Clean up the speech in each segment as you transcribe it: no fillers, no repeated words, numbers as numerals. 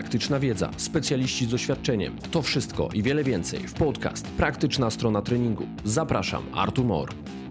praktyczna wiedza, specjaliści z doświadczeniem. To wszystko i wiele więcej w podcast Praktyczna Strona Treningu. Zapraszam, Artur Mor.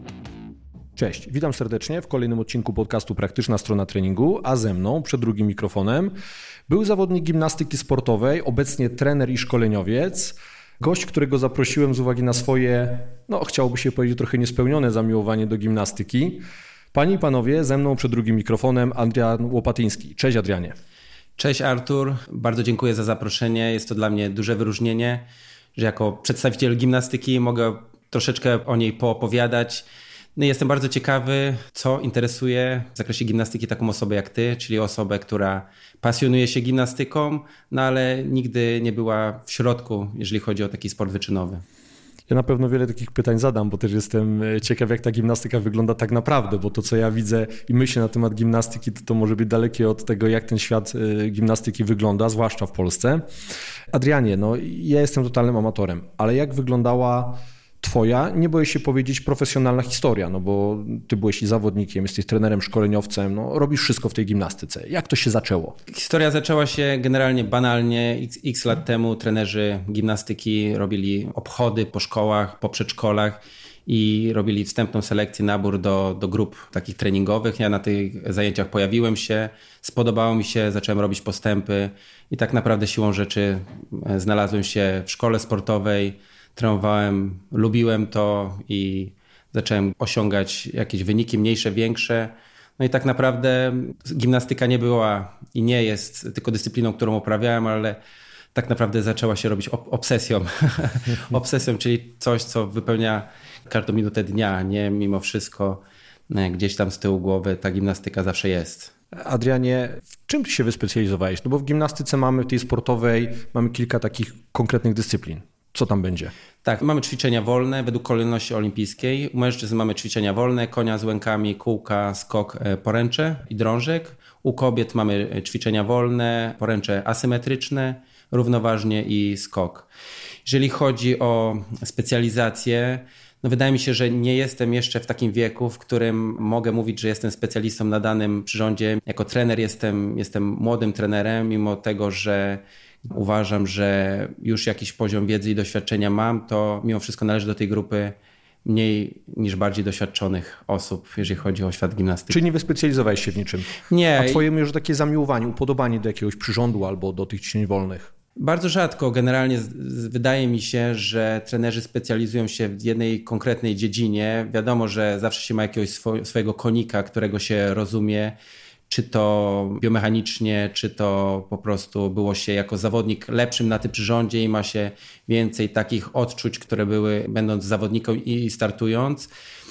Cześć, witam serdecznie w kolejnym odcinku podcastu Praktyczna Strona Treningu, a ze mną przed drugim mikrofonem był zawodnik gimnastyki sportowej, obecnie trener i szkoleniowiec, gość, którego zaprosiłem z uwagi na swoje, chciałoby się powiedzieć, trochę niespełnione zamiłowanie do gimnastyki. Panie i panowie, ze mną przed drugim mikrofonem Adrian Łopatyński. Cześć Adrianie. Cześć Artur, bardzo dziękuję za zaproszenie. Jest to dla mnie duże wyróżnienie, że jako przedstawiciel gimnastyki mogę troszeczkę o niej poopowiadać. Jestem bardzo ciekawy, co interesuje w zakresie gimnastyki taką osobę jak ty, czyli osobę, która pasjonuje się gimnastyką, ale nigdy nie była w środku, jeżeli chodzi o taki sport wyczynowy. Ja na pewno wiele takich pytań zadam, bo też jestem ciekaw, jak ta gimnastyka wygląda tak naprawdę, bo to, co ja widzę i myślę na temat gimnastyki, to może być dalekie od tego, jak ten świat gimnastyki wygląda, zwłaszcza w Polsce. Adrianie, ja jestem totalnym amatorem, ale jak wyglądała twoja, nie boję się powiedzieć, profesjonalna historia, bo ty byłeś i zawodnikiem, jesteś trenerem, szkoleniowcem, robisz wszystko w tej gimnastyce. Jak to się zaczęło? Historia zaczęła się generalnie banalnie. X lat temu trenerzy gimnastyki robili obchody po szkołach, po przedszkolach i robili wstępną selekcję, nabór do grup takich treningowych. Ja na tych zajęciach pojawiłem się, spodobało mi się, zacząłem robić postępy i tak naprawdę siłą rzeczy znalazłem się w szkole sportowej. Trenowałem, lubiłem to i zacząłem osiągać jakieś wyniki mniejsze, większe. I tak naprawdę gimnastyka nie była i nie jest tylko dyscypliną, którą uprawiałem, ale tak naprawdę zaczęła się robić obsesją. Obsesją, czyli coś, co wypełnia każdą minutę dnia, nie? Mimo wszystko gdzieś tam z tyłu głowy ta gimnastyka zawsze jest. Adrianie, w czym ty się wyspecjalizowałeś? Bo w gimnastyce mamy, tej sportowej, mamy kilka takich konkretnych dyscyplin. Co tam będzie? Tak, mamy ćwiczenia wolne według kolejności olimpijskiej. U mężczyzn mamy ćwiczenia wolne, konia z łękami, kółka, skok, poręcze i drążek. U kobiet mamy ćwiczenia wolne, poręcze asymetryczne, równoważnie i skok. Jeżeli chodzi o specjalizację, wydaje mi się, że nie jestem jeszcze w takim wieku, w którym mogę mówić, że jestem specjalistą na danym przyrządzie. Jako trener jestem młodym trenerem, mimo tego, że uważam, że już jakiś poziom wiedzy i doświadczenia mam, to mimo wszystko należy do tej grupy mniej niż bardziej doświadczonych osób, jeżeli chodzi o świat gimnastyki. Czyli nie wyspecjalizowałeś się w niczym? Nie. A twoje już takie zamiłowanie, upodobanie do jakiegoś przyrządu albo do tych ćwiczeń wolnych? Bardzo rzadko. Generalnie wydaje mi się, że trenerzy specjalizują się w jednej konkretnej dziedzinie. Wiadomo, że zawsze się ma jakiegoś swojego konika, którego się rozumie, czy to biomechanicznie, czy to po prostu było się jako zawodnik lepszym na tym przyrządzie i ma się więcej takich odczuć, które były będąc zawodnikiem i startując.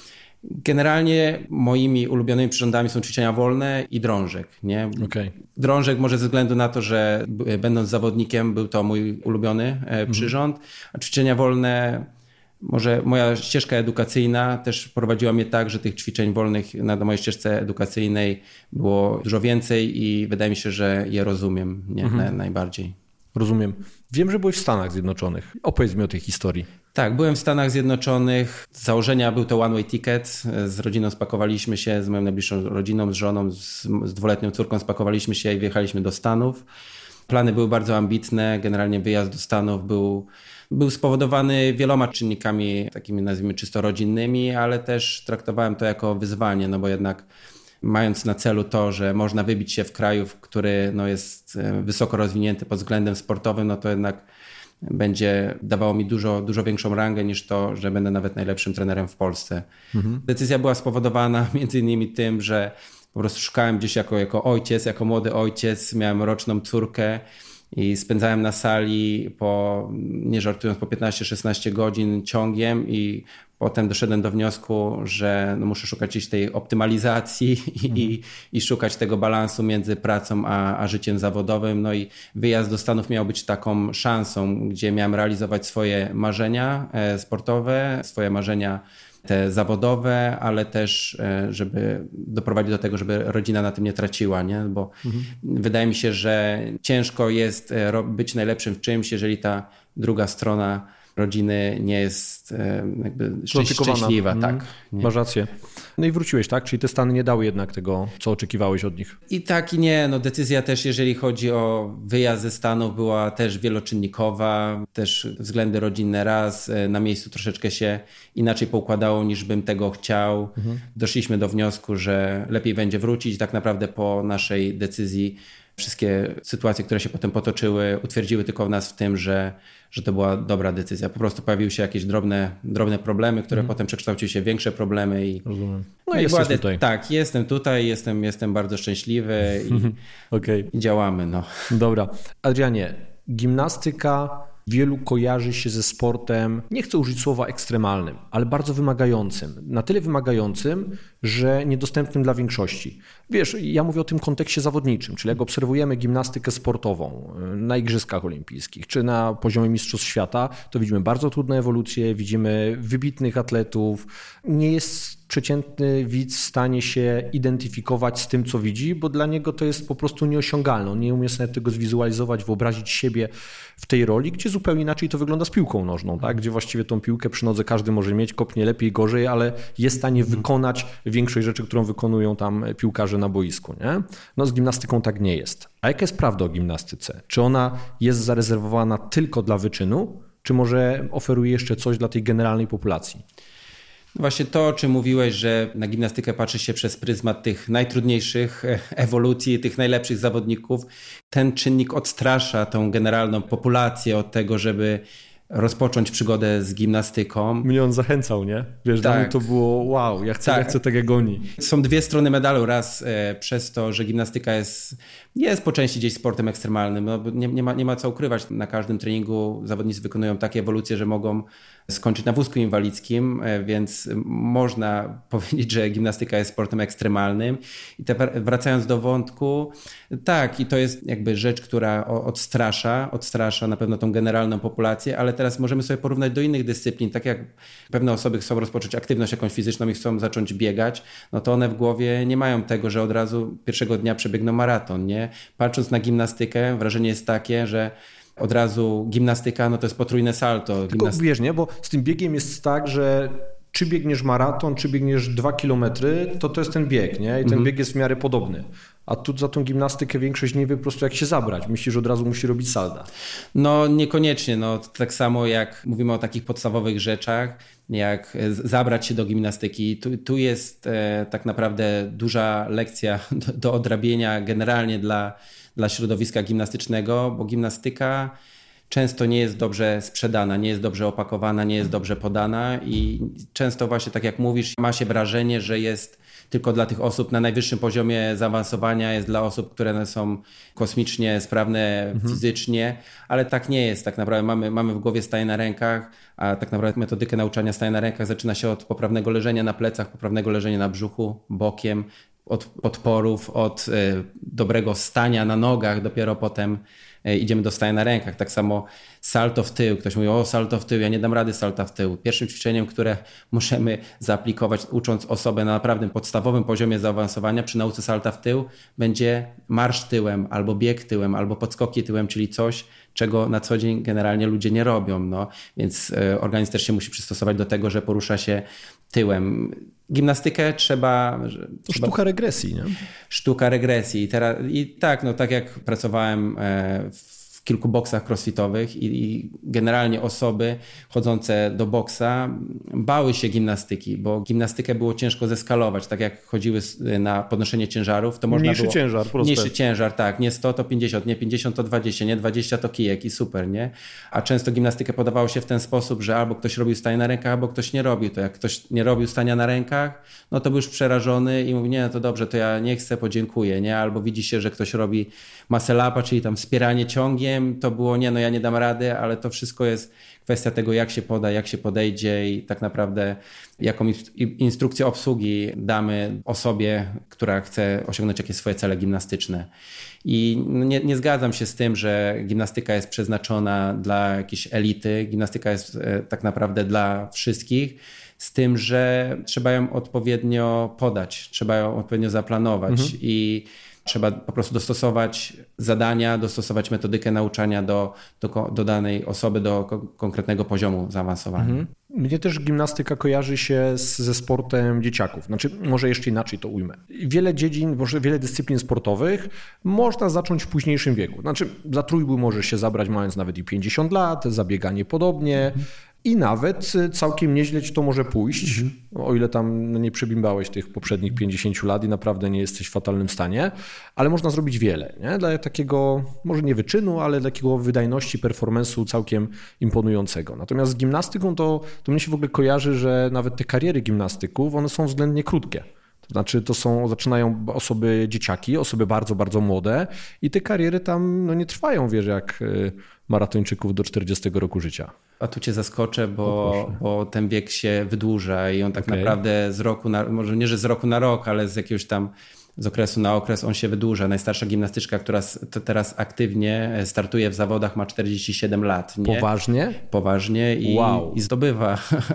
Generalnie moimi ulubionymi przyrządami są ćwiczenia wolne i drążek. Nie? Okay. Drążek może ze względu na to, że będąc zawodnikiem był to mój ulubiony przyrząd, a ćwiczenia wolne, może moja ścieżka edukacyjna też prowadziła mnie tak, że tych ćwiczeń wolnych na mojej ścieżce edukacyjnej było dużo więcej i wydaje mi się, że je rozumiem najbardziej. Rozumiem. Wiem, że byłeś w Stanach Zjednoczonych. Opowiedz mi o tej historii. Tak, byłem w Stanach Zjednoczonych. Z założenia był to one-way ticket. Z rodziną spakowaliśmy się, z moją najbliższą rodziną, z żoną, z 2-letnią córką spakowaliśmy się i wyjechaliśmy do Stanów. Plany były bardzo ambitne. Generalnie wyjazd do Stanów był spowodowany wieloma czynnikami, takimi nazwijmy czysto rodzinnymi, ale też traktowałem to jako wyzwanie, bo jednak mając na celu to, że można wybić się w kraju, który jest wysoko rozwinięty pod względem sportowym, to jednak będzie dawało mi dużo większą rangę niż to, że będę nawet najlepszym trenerem w Polsce. Decyzja była spowodowana między innymi tym, że po prostu szukałem gdzieś jako ojciec, jako młody ojciec, miałem roczną córkę i spędzałem na sali nie żartując, po 15-16 godzin ciągiem i potem doszedłem do wniosku, że muszę szukać gdzieś tej optymalizacji i szukać tego balansu między pracą a życiem zawodowym. I wyjazd do Stanów miał być taką szansą, gdzie miałem realizować swoje marzenia sportowe, swoje marzenia te zawodowe, ale też żeby doprowadzić do tego, żeby rodzina na tym nie traciła, nie? Bo wydaje mi się, że ciężko jest być najlepszym w czymś, jeżeli ta druga strona rodziny nie jest jakby szczęśliwa. Tak, nie? Masz rację. No i wróciłeś, tak? Czyli te Stany nie dały jednak tego, co oczekiwałeś od nich. I tak i nie. No decyzja też, jeżeli chodzi o wyjazd ze Stanów, była też wieloczynnikowa, też względy rodzinne raz. Na miejscu troszeczkę się inaczej poukładało, niż bym tego chciał. Doszliśmy do wniosku, że lepiej będzie wrócić. Tak naprawdę po naszej decyzji wszystkie sytuacje, które się potem potoczyły, utwierdziły tylko nas w tym, że to była dobra decyzja. Po prostu pojawiły się jakieś drobne problemy, które potem przekształciły się w większe problemy. Rozumiem. No i jesteś tutaj. Tak, jestem tutaj, jestem bardzo szczęśliwy i działamy. No. Dobra. Adrianie, gimnastyka wielu kojarzy się ze sportem, nie chcę użyć słowa ekstremalnym, ale bardzo wymagającym. Na tyle wymagającym, że niedostępnym dla większości. Wiesz, ja mówię o tym kontekście zawodniczym, czyli jak obserwujemy gimnastykę sportową na Igrzyskach Olimpijskich, czy na poziomie Mistrzostw Świata, to widzimy bardzo trudne ewolucje, widzimy wybitnych atletów. Nie jest przeciętny widz w stanie się identyfikować z tym, co widzi, bo dla niego to jest po prostu nieosiągalne. On nie umie sobie tego zwizualizować, wyobrazić siebie w tej roli, gdzie zupełnie inaczej to wygląda z piłką nożną, tak? Gdzie właściwie tą piłkę przy nodze każdy może mieć, kopnie lepiej, gorzej, ale jest w stanie wykonać większość rzeczy, którą wykonują tam piłkarze na boisku. Nie? No z gimnastyką tak nie jest. A jaka jest prawda o gimnastyce? Czy ona jest zarezerwowana tylko dla wyczynu, czy może oferuje jeszcze coś dla tej generalnej populacji? Właśnie to, o czym mówiłeś, że na gimnastykę patrzy się przez pryzmat tych najtrudniejszych ewolucji, tych najlepszych zawodników. Ten czynnik odstrasza tą generalną populację od tego, żeby rozpocząć przygodę z gimnastyką. Mnie on zachęcał, nie? Wiesz, dla mnie to było wow, ja chcę tak jak oni. Są dwie strony medalu. Raz przez to, że gimnastyka jest po części gdzieś sportem ekstremalnym. No, nie ma co ukrywać. Na każdym treningu zawodnicy wykonują takie ewolucje, że mogą skończyć na wózku inwalidzkim, więc można powiedzieć, że gimnastyka jest sportem ekstremalnym. I wracając do wątku, tak, i to jest jakby rzecz, która odstrasza na pewno tą generalną populację, ale teraz możemy sobie porównać do innych dyscyplin. Tak jak pewne osoby chcą rozpocząć aktywność jakąś fizyczną i chcą zacząć biegać, no to one w głowie nie mają tego, że od razu pierwszego dnia przebiegną maraton, nie? Patrząc na gimnastykę, wrażenie jest takie, że od razu gimnastyka, no to jest potrójne salto. Tylko wiesz, nie? Bo z tym biegiem jest tak, że czy biegniesz maraton, czy biegniesz 2 kilometry, to jest ten bieg, nie? I ten bieg jest w miarę podobny. A tu za tą gimnastykę większość nie wie po prostu jak się zabrać. Myślisz, że od razu musi robić salda. No niekoniecznie. No, tak samo jak mówimy o takich podstawowych rzeczach, jak zabrać się do gimnastyki. Tu jest tak naprawdę duża lekcja do odrabienia generalnie dla środowiska gimnastycznego, bo gimnastyka często nie jest dobrze sprzedana, nie jest dobrze opakowana, nie jest dobrze podana i często właśnie tak jak mówisz, ma się wrażenie, że jest tylko dla tych osób na najwyższym poziomie zaawansowania, jest dla osób, które są kosmicznie sprawne fizycznie, ale tak nie jest. Tak naprawdę mamy w głowie staje na rękach, a tak naprawdę metodykę nauczania staje na rękach zaczyna się od poprawnego leżenia na plecach, poprawnego leżenia na brzuchu, bokiem, od podporów, od dobrego stania na nogach, dopiero potem idziemy do stania na rękach. Tak samo salto w tył. Ktoś mówi, salto w tył, ja nie dam rady salta w tył. Pierwszym ćwiczeniem, które możemy zaaplikować, ucząc osobę na naprawdę podstawowym poziomie zaawansowania przy nauce salta w tył, będzie marsz tyłem, albo bieg tyłem, albo podskoki tyłem, czyli coś, czego na co dzień generalnie ludzie nie robią. No. Więc organizm też się musi przystosować do tego, że porusza się tyłem. Gimnastykę trzeba... Sztuka regresji, nie? Sztuka regresji. Tak jak pracowałem w kilku boksach crossfitowych i generalnie osoby chodzące do boksa bały się gimnastyki, bo gimnastykę było ciężko zeskalować. Tak jak chodziły na podnoszenie ciężarów, to można mniejszy było... ciężar, proste. Mniejszy ciężar, tak. Nie 100 to 50, nie 50 to 20, nie 20 to kijek i super, nie? A często gimnastykę podawało się w ten sposób, że albo ktoś robił stanie na rękach, albo ktoś nie robił. To jak ktoś nie robił stania na rękach, no to był już przerażony i mówi, nie, to dobrze, to ja nie chcę, podziękuję, nie? Albo widzi się, że ktoś robi muscle upa, czyli tam wspieranie ciągiem, to było, nie, no ja nie dam rady, ale to wszystko jest kwestia tego, jak się poda, jak się podejdzie i tak naprawdę jaką instrukcję obsługi damy osobie, która chce osiągnąć jakieś swoje cele gimnastyczne. I nie zgadzam się z tym, że gimnastyka jest przeznaczona dla jakiejś elity. Gimnastyka jest tak naprawdę dla wszystkich, z tym, że trzeba ją odpowiednio podać, trzeba ją odpowiednio zaplanować i Trzeba po prostu dostosować zadania, dostosować metodykę nauczania do danej osoby, do konkretnego poziomu zaawansowania. Mnie też gimnastyka kojarzy się ze sportem dzieciaków. Znaczy, może jeszcze inaczej to ujmę. Wiele dziedzin, może wiele dyscyplin sportowych można zacząć w późniejszym wieku. Znaczy, za trójbój możesz się zabrać mając nawet i 50 lat, za bieganie podobnie. I nawet całkiem nieźle ci to może pójść, o ile tam nie przebimbałeś tych poprzednich 50 lat i naprawdę nie jesteś w fatalnym stanie, ale można zrobić wiele, nie? Dla takiego, może nie wyczynu, ale takiego wydajności, performance'u całkiem imponującego. Natomiast z gimnastyką to mnie się w ogóle kojarzy, że nawet te kariery gimnastyków, one są względnie krótkie. To znaczy zaczynają osoby dzieciaki, osoby bardzo, bardzo młode i te kariery tam nie trwają, wiesz, jak maratończyków do 40 roku życia. A tu cię zaskoczę, bo ten bieg się wydłuża i on tak naprawdę z roku na, może nie, że z roku na rok, ale z jakiegoś tam z okresu na okres on się wydłuża. Najstarsza gimnastyczka, która teraz aktywnie startuje w zawodach, ma 47 lat. Nie? Poważnie? Poważnie i zdobywa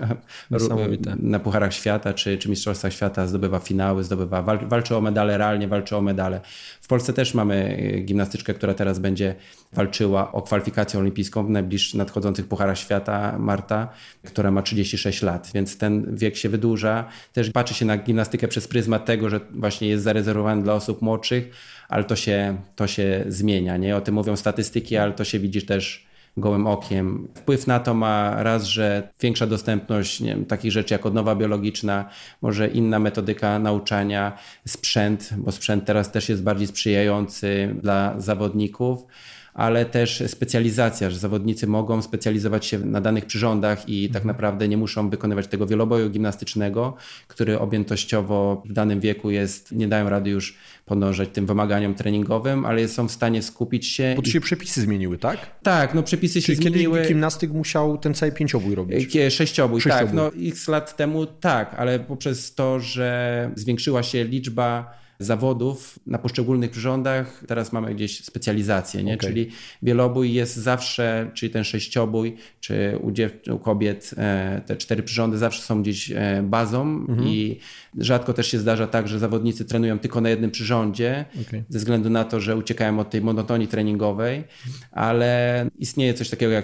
na Pucharach Świata czy Mistrzostwach Świata, zdobywa finały, walczy o medale, realnie walczy o medale. W Polsce też mamy gimnastyczkę, która teraz będzie walczyła o kwalifikację olimpijską w najbliższych nadchodzących Pucharach Świata, Marta, która ma 36 lat, więc ten wiek się wydłuża. Też patrzy się na gimnastykę przez pryzmat tego, że właśnie jest zarezerwowany dla osób młodszych, ale to się zmienia. Nie? O tym mówią statystyki, ale to się widzi też gołym okiem. Wpływ na to ma raz, że większa dostępność takich rzeczy jak odnowa biologiczna, może inna metodyka nauczania, sprzęt, bo sprzęt teraz też jest bardziej sprzyjający dla zawodników, ale też specjalizacja, że zawodnicy mogą specjalizować się na danych przyrządach i tak naprawdę nie muszą wykonywać tego wieloboju gimnastycznego, który objętościowo w danym wieku nie dają rady już podążać tym wymaganiom treningowym, ale są w stanie skupić się. Bo to się przepisy zmieniły, tak? Tak, przepisy się zmieniły. Kiedyś gimnastyk musiał ten cały 5-bój robić. Sześciobój, tak. X lat temu tak, ale poprzez to, że zwiększyła się liczba zawodów na poszczególnych przyrządach, teraz mamy gdzieś specjalizację, nie? Czyli wielobój jest zawsze, czyli ten sześciobój, czy u kobiet te 4 przyrządy zawsze są gdzieś bazą i rzadko też się zdarza tak, że zawodnicy trenują tylko na jednym przyrządzie, ze względu na to, że uciekają od tej monotonii treningowej, ale istnieje coś takiego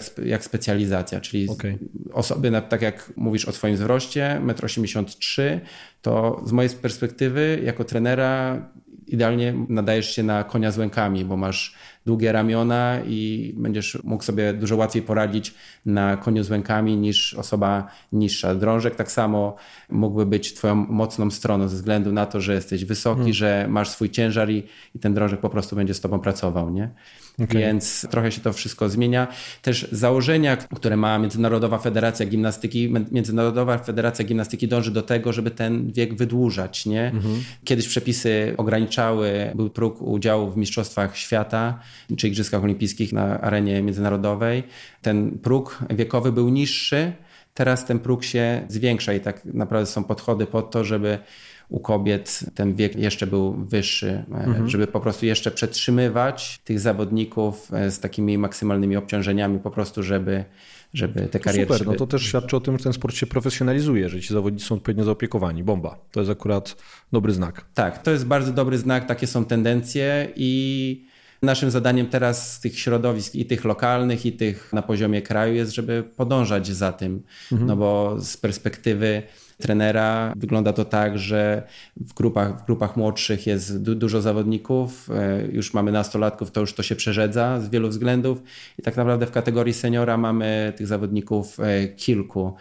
jak specjalizacja, czyli osoby, tak jak mówisz o swoim wzroście, 1,83 m, to z mojej perspektywy jako trenera idealnie nadajesz się na konia z łękami, bo masz długie ramiona i będziesz mógł sobie dużo łatwiej poradzić na koniu z łękami niż osoba niższa. Drążek tak samo mógłby być twoją mocną stroną ze względu na to, że jesteś wysoki, że masz swój ciężar i ten drążek po prostu będzie z tobą pracował, nie? Więc trochę się to wszystko zmienia. Też założenia, które ma Międzynarodowa Federacja Gimnastyki. Międzynarodowa Federacja Gimnastyki dąży do tego, żeby ten wiek wydłużać, nie? Kiedyś przepisy ograniczały, był próg udziału w Mistrzostwach Świata czy Igrzyskach Olimpijskich na arenie międzynarodowej. Ten próg wiekowy był niższy. Teraz ten próg się zwiększa i tak naprawdę są podchody pod to, żeby u kobiet ten wiek jeszcze był wyższy, żeby po prostu jeszcze przetrzymywać tych zawodników z takimi maksymalnymi obciążeniami po prostu, żeby te kariery... Super, to też świadczy o tym, że ten sport się profesjonalizuje, że ci zawodnicy są odpowiednio zaopiekowani. Bomba. To jest akurat dobry znak. Tak, to jest bardzo dobry znak, takie są tendencje i naszym zadaniem teraz z tych środowisk i tych lokalnych i tych na poziomie kraju jest, żeby podążać za tym, no bo z perspektywy trenera wygląda to tak, że w grupach młodszych jest dużo zawodników, już mamy nastolatków, to już to się przerzedza z wielu względów i tak naprawdę w kategorii seniora mamy tych zawodników kilku.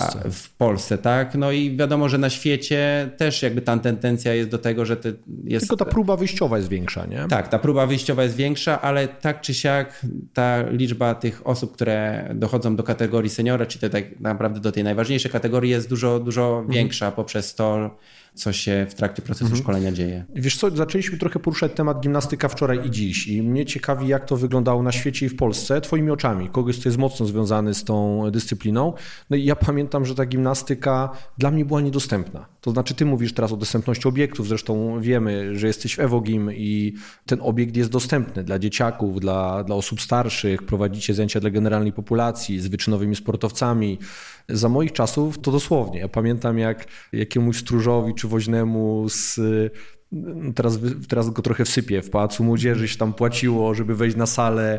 W Polsce, tak. No i wiadomo, że na świecie też jakby ta tendencja jest do tego, że jest... Tylko ta próba wyjściowa jest większa, nie? Tak, ta próba wyjściowa jest większa, ale tak czy siak ta liczba tych osób, które dochodzą do kategorii seniora, czy tak naprawdę do tej najważniejszej kategorii jest dużo większa poprzez to, co się w trakcie procesu szkolenia dzieje. Wiesz co, zaczęliśmy trochę poruszać temat gimnastyka wczoraj i dziś i mnie ciekawi, jak to wyglądało na świecie i w Polsce, twoimi oczami, kogoś, kto jest mocno związany z tą dyscypliną. No i ja pamiętam, że ta gimnastyka dla mnie była niedostępna. To znaczy ty mówisz teraz o dostępności obiektów, zresztą wiemy, że jesteś w EvoGym i ten obiekt jest dostępny dla dzieciaków, dla osób starszych, prowadzicie zajęcia dla generalnej populacji z wyczynowymi sportowcami. Za moich czasów to dosłownie. Ja pamiętam, jak jakiemuś stróżowi czy woźnemu z Teraz go trochę wsypię. W Pałacu Młodzieży się tam płaciło, żeby wejść na salę.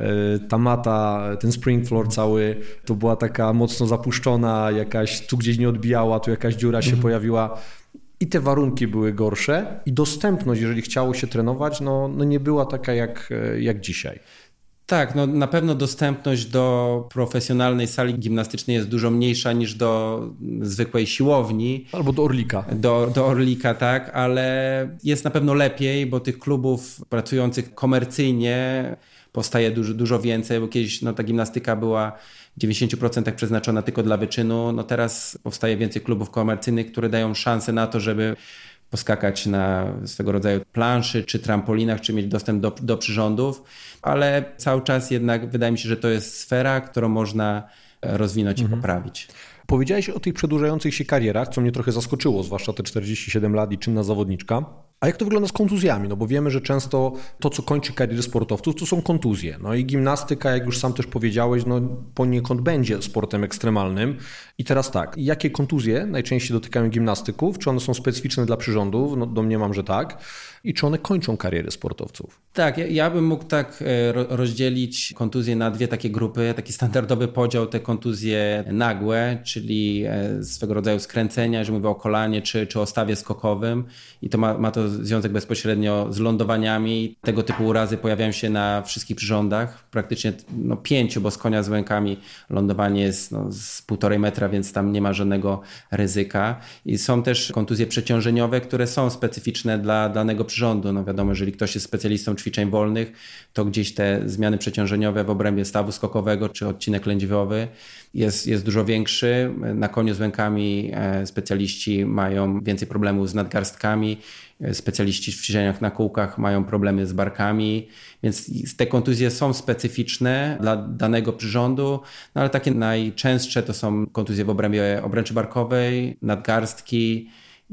Ta mata, ten spring floor cały, to była taka mocno zapuszczona, jakaś tu gdzieś nie odbijała, tu jakaś dziura się pojawiła. I te warunki były gorsze i dostępność, jeżeli chciało się trenować, no nie była taka jak dzisiaj. Tak, no na pewno dostępność do profesjonalnej sali gimnastycznej jest dużo mniejsza niż do zwykłej siłowni. Albo do Orlika. Do Orlika, tak, ale jest na pewno lepiej, bo tych klubów pracujących komercyjnie powstaje dużo więcej, bo kiedyś ta gimnastyka była w 90% przeznaczona tylko dla wyczynu. No teraz powstaje więcej klubów komercyjnych, które dają szansę na to, żeby poskakać na swego rodzaju planszy czy trampolinach, czy mieć dostęp do przyrządów, ale cały czas jednak wydaje mi się, że to jest sfera, którą można rozwinąć i poprawić. Powiedziałeś o tych przedłużających się karierach, co mnie trochę zaskoczyło, zwłaszcza te 47 lat i czynna zawodniczka. A jak to wygląda z kontuzjami? No bo wiemy, że często to, co kończy kariery sportowców, to są kontuzje. No i gimnastyka, jak już sam też powiedziałeś, no poniekąd będzie sportem ekstremalnym. I teraz tak, jakie kontuzje najczęściej dotykają gimnastyków? Czy one są specyficzne dla przyrządów? No domniemam, że tak. I czy one kończą kariery sportowców? Tak, ja bym mógł tak rozdzielić kontuzje na dwie takie grupy. Taki standardowy podział, te kontuzje nagłe, czyli swego rodzaju skręcenia, jeżeli mówię o kolanie czy o stawie skokowym. I to ma to związek bezpośrednio z lądowaniami. Tego typu urazy pojawiają się na wszystkich przyrządach. Praktycznie 5, bo z konia z łękami lądowanie jest z 1,5 metra, więc tam nie ma żadnego ryzyka. I są też kontuzje przeciążeniowe, które są specyficzne dla danego przyrządu. No wiadomo, jeżeli ktoś jest specjalistą ćwiczeń wolnych, to gdzieś te zmiany przeciążeniowe w obrębie stawu skokowego czy odcinek lędźwiowy jest dużo większy. Na koniu z łękami specjaliści mają więcej problemów z nadgarstkami, specjaliści w ćwiczeniach na kółkach mają problemy z barkami, więc te kontuzje są specyficzne dla danego przyrządu, no ale takie najczęstsze to są kontuzje w obrębie obręczy barkowej, nadgarstki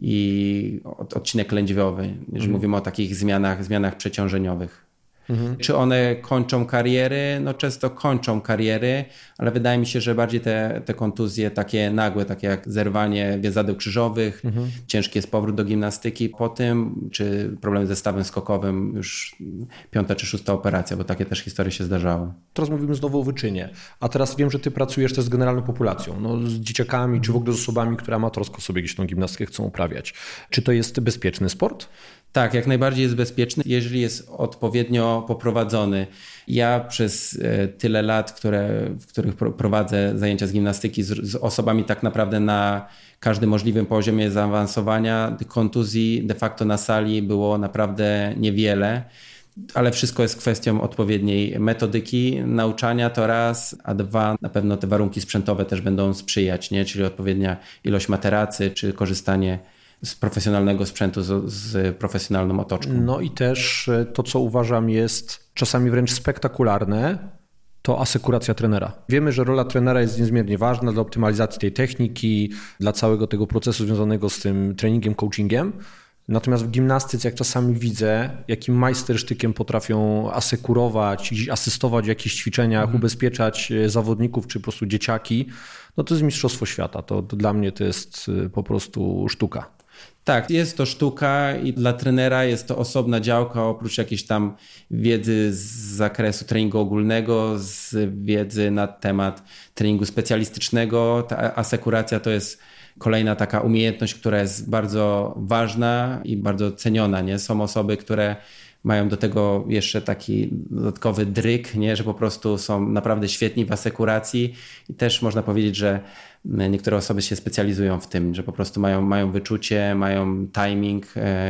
i odcinek lędźwiowy, jeżeli mówimy o takich zmianach przeciążeniowych. Czy one kończą kariery? No często kończą kariery, ale wydaje mi się, że bardziej te kontuzje takie nagłe, takie jak zerwanie więzadeł krzyżowych, ciężki jest powrót do gimnastyki po tym, czy problemy ze stawem skokowym, już 5. czy 6. operacja, bo takie też historie się zdarzały. Teraz mówimy znowu o wyczynie, a teraz wiem, że ty pracujesz też z generalną populacją, z dzieciakami, czy w ogóle z osobami, które amatorsko sobie gdzieś tą gimnastykę chcą uprawiać. Czy to jest bezpieczny sport? Tak, jak najbardziej jest bezpieczny, jeżeli jest odpowiednio poprowadzony. Ja przez tyle lat, w których prowadzę zajęcia z gimnastyki z osobami tak naprawdę na każdym możliwym poziomie zaawansowania, tych kontuzji de facto na sali było naprawdę niewiele. Ale wszystko jest kwestią odpowiedniej metodyki nauczania, to raz, a dwa, na pewno te warunki sprzętowe też będą sprzyjać, nie? Czyli odpowiednia ilość materacy, czy korzystanie z profesjonalnego sprzętu, z profesjonalną otoczką. No i też to, co uważam jest czasami wręcz spektakularne, to asekuracja trenera. Wiemy, że rola trenera jest niezmiernie ważna dla optymalizacji tej techniki, dla całego tego procesu związanego z tym treningiem, coachingiem. Natomiast w gimnastyce, jak czasami widzę, jakim majstersztykiem potrafią asekurować, asystować w jakichś ćwiczeniach, ubezpieczać zawodników czy po prostu dzieciaki, no to jest mistrzostwo świata. To dla mnie to jest po prostu sztuka. Tak, jest to sztuka i dla trenera jest to osobna działka, oprócz jakiejś tam wiedzy z zakresu treningu ogólnego, z wiedzy na temat treningu specjalistycznego. Ta asekuracja to jest kolejna taka umiejętność, która jest bardzo ważna i bardzo ceniona. Nie? Są osoby, które mają do tego jeszcze taki dodatkowy dryk, nie? Że po prostu są naprawdę świetni w asekuracji i też można powiedzieć, że niektóre osoby się specjalizują w tym, że po prostu mają wyczucie, mają timing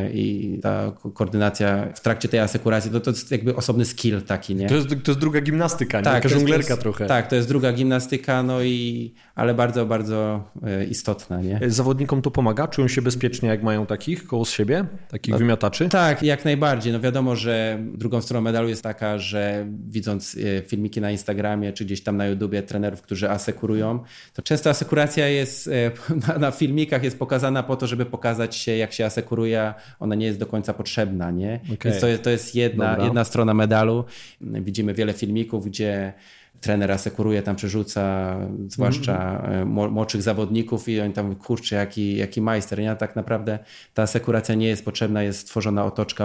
i ta koordynacja w trakcie tej asekuracji, to jest jakby osobny skill taki, nie? To jest druga gimnastyka, nie? Tak, taka żonglerka trochę. Tak, to jest druga gimnastyka, ale bardzo, bardzo istotna, nie? Zawodnikom to pomaga? Czują się bezpiecznie, jak mają takich koło siebie? Takich wymiataczy? Tak, jak najbardziej. No wiadomo, że drugą stroną medalu jest taka, że widząc filmiki na Instagramie, czy gdzieś tam na YouTubie trenerów, którzy asekurują, to często asekuracja jest na filmikach jest pokazana po to, żeby pokazać się, jak się asekuruje. Ona nie jest do końca potrzebna, nie? Okay. Więc to jest jedna strona medalu. Widzimy wiele filmików, gdzie trener asekuruje, tam przerzuca, zwłaszcza młodszych zawodników i oni tam, kurczę, jaki majster, nie? A tak naprawdę ta asekuracja nie jest potrzebna, jest stworzona otoczka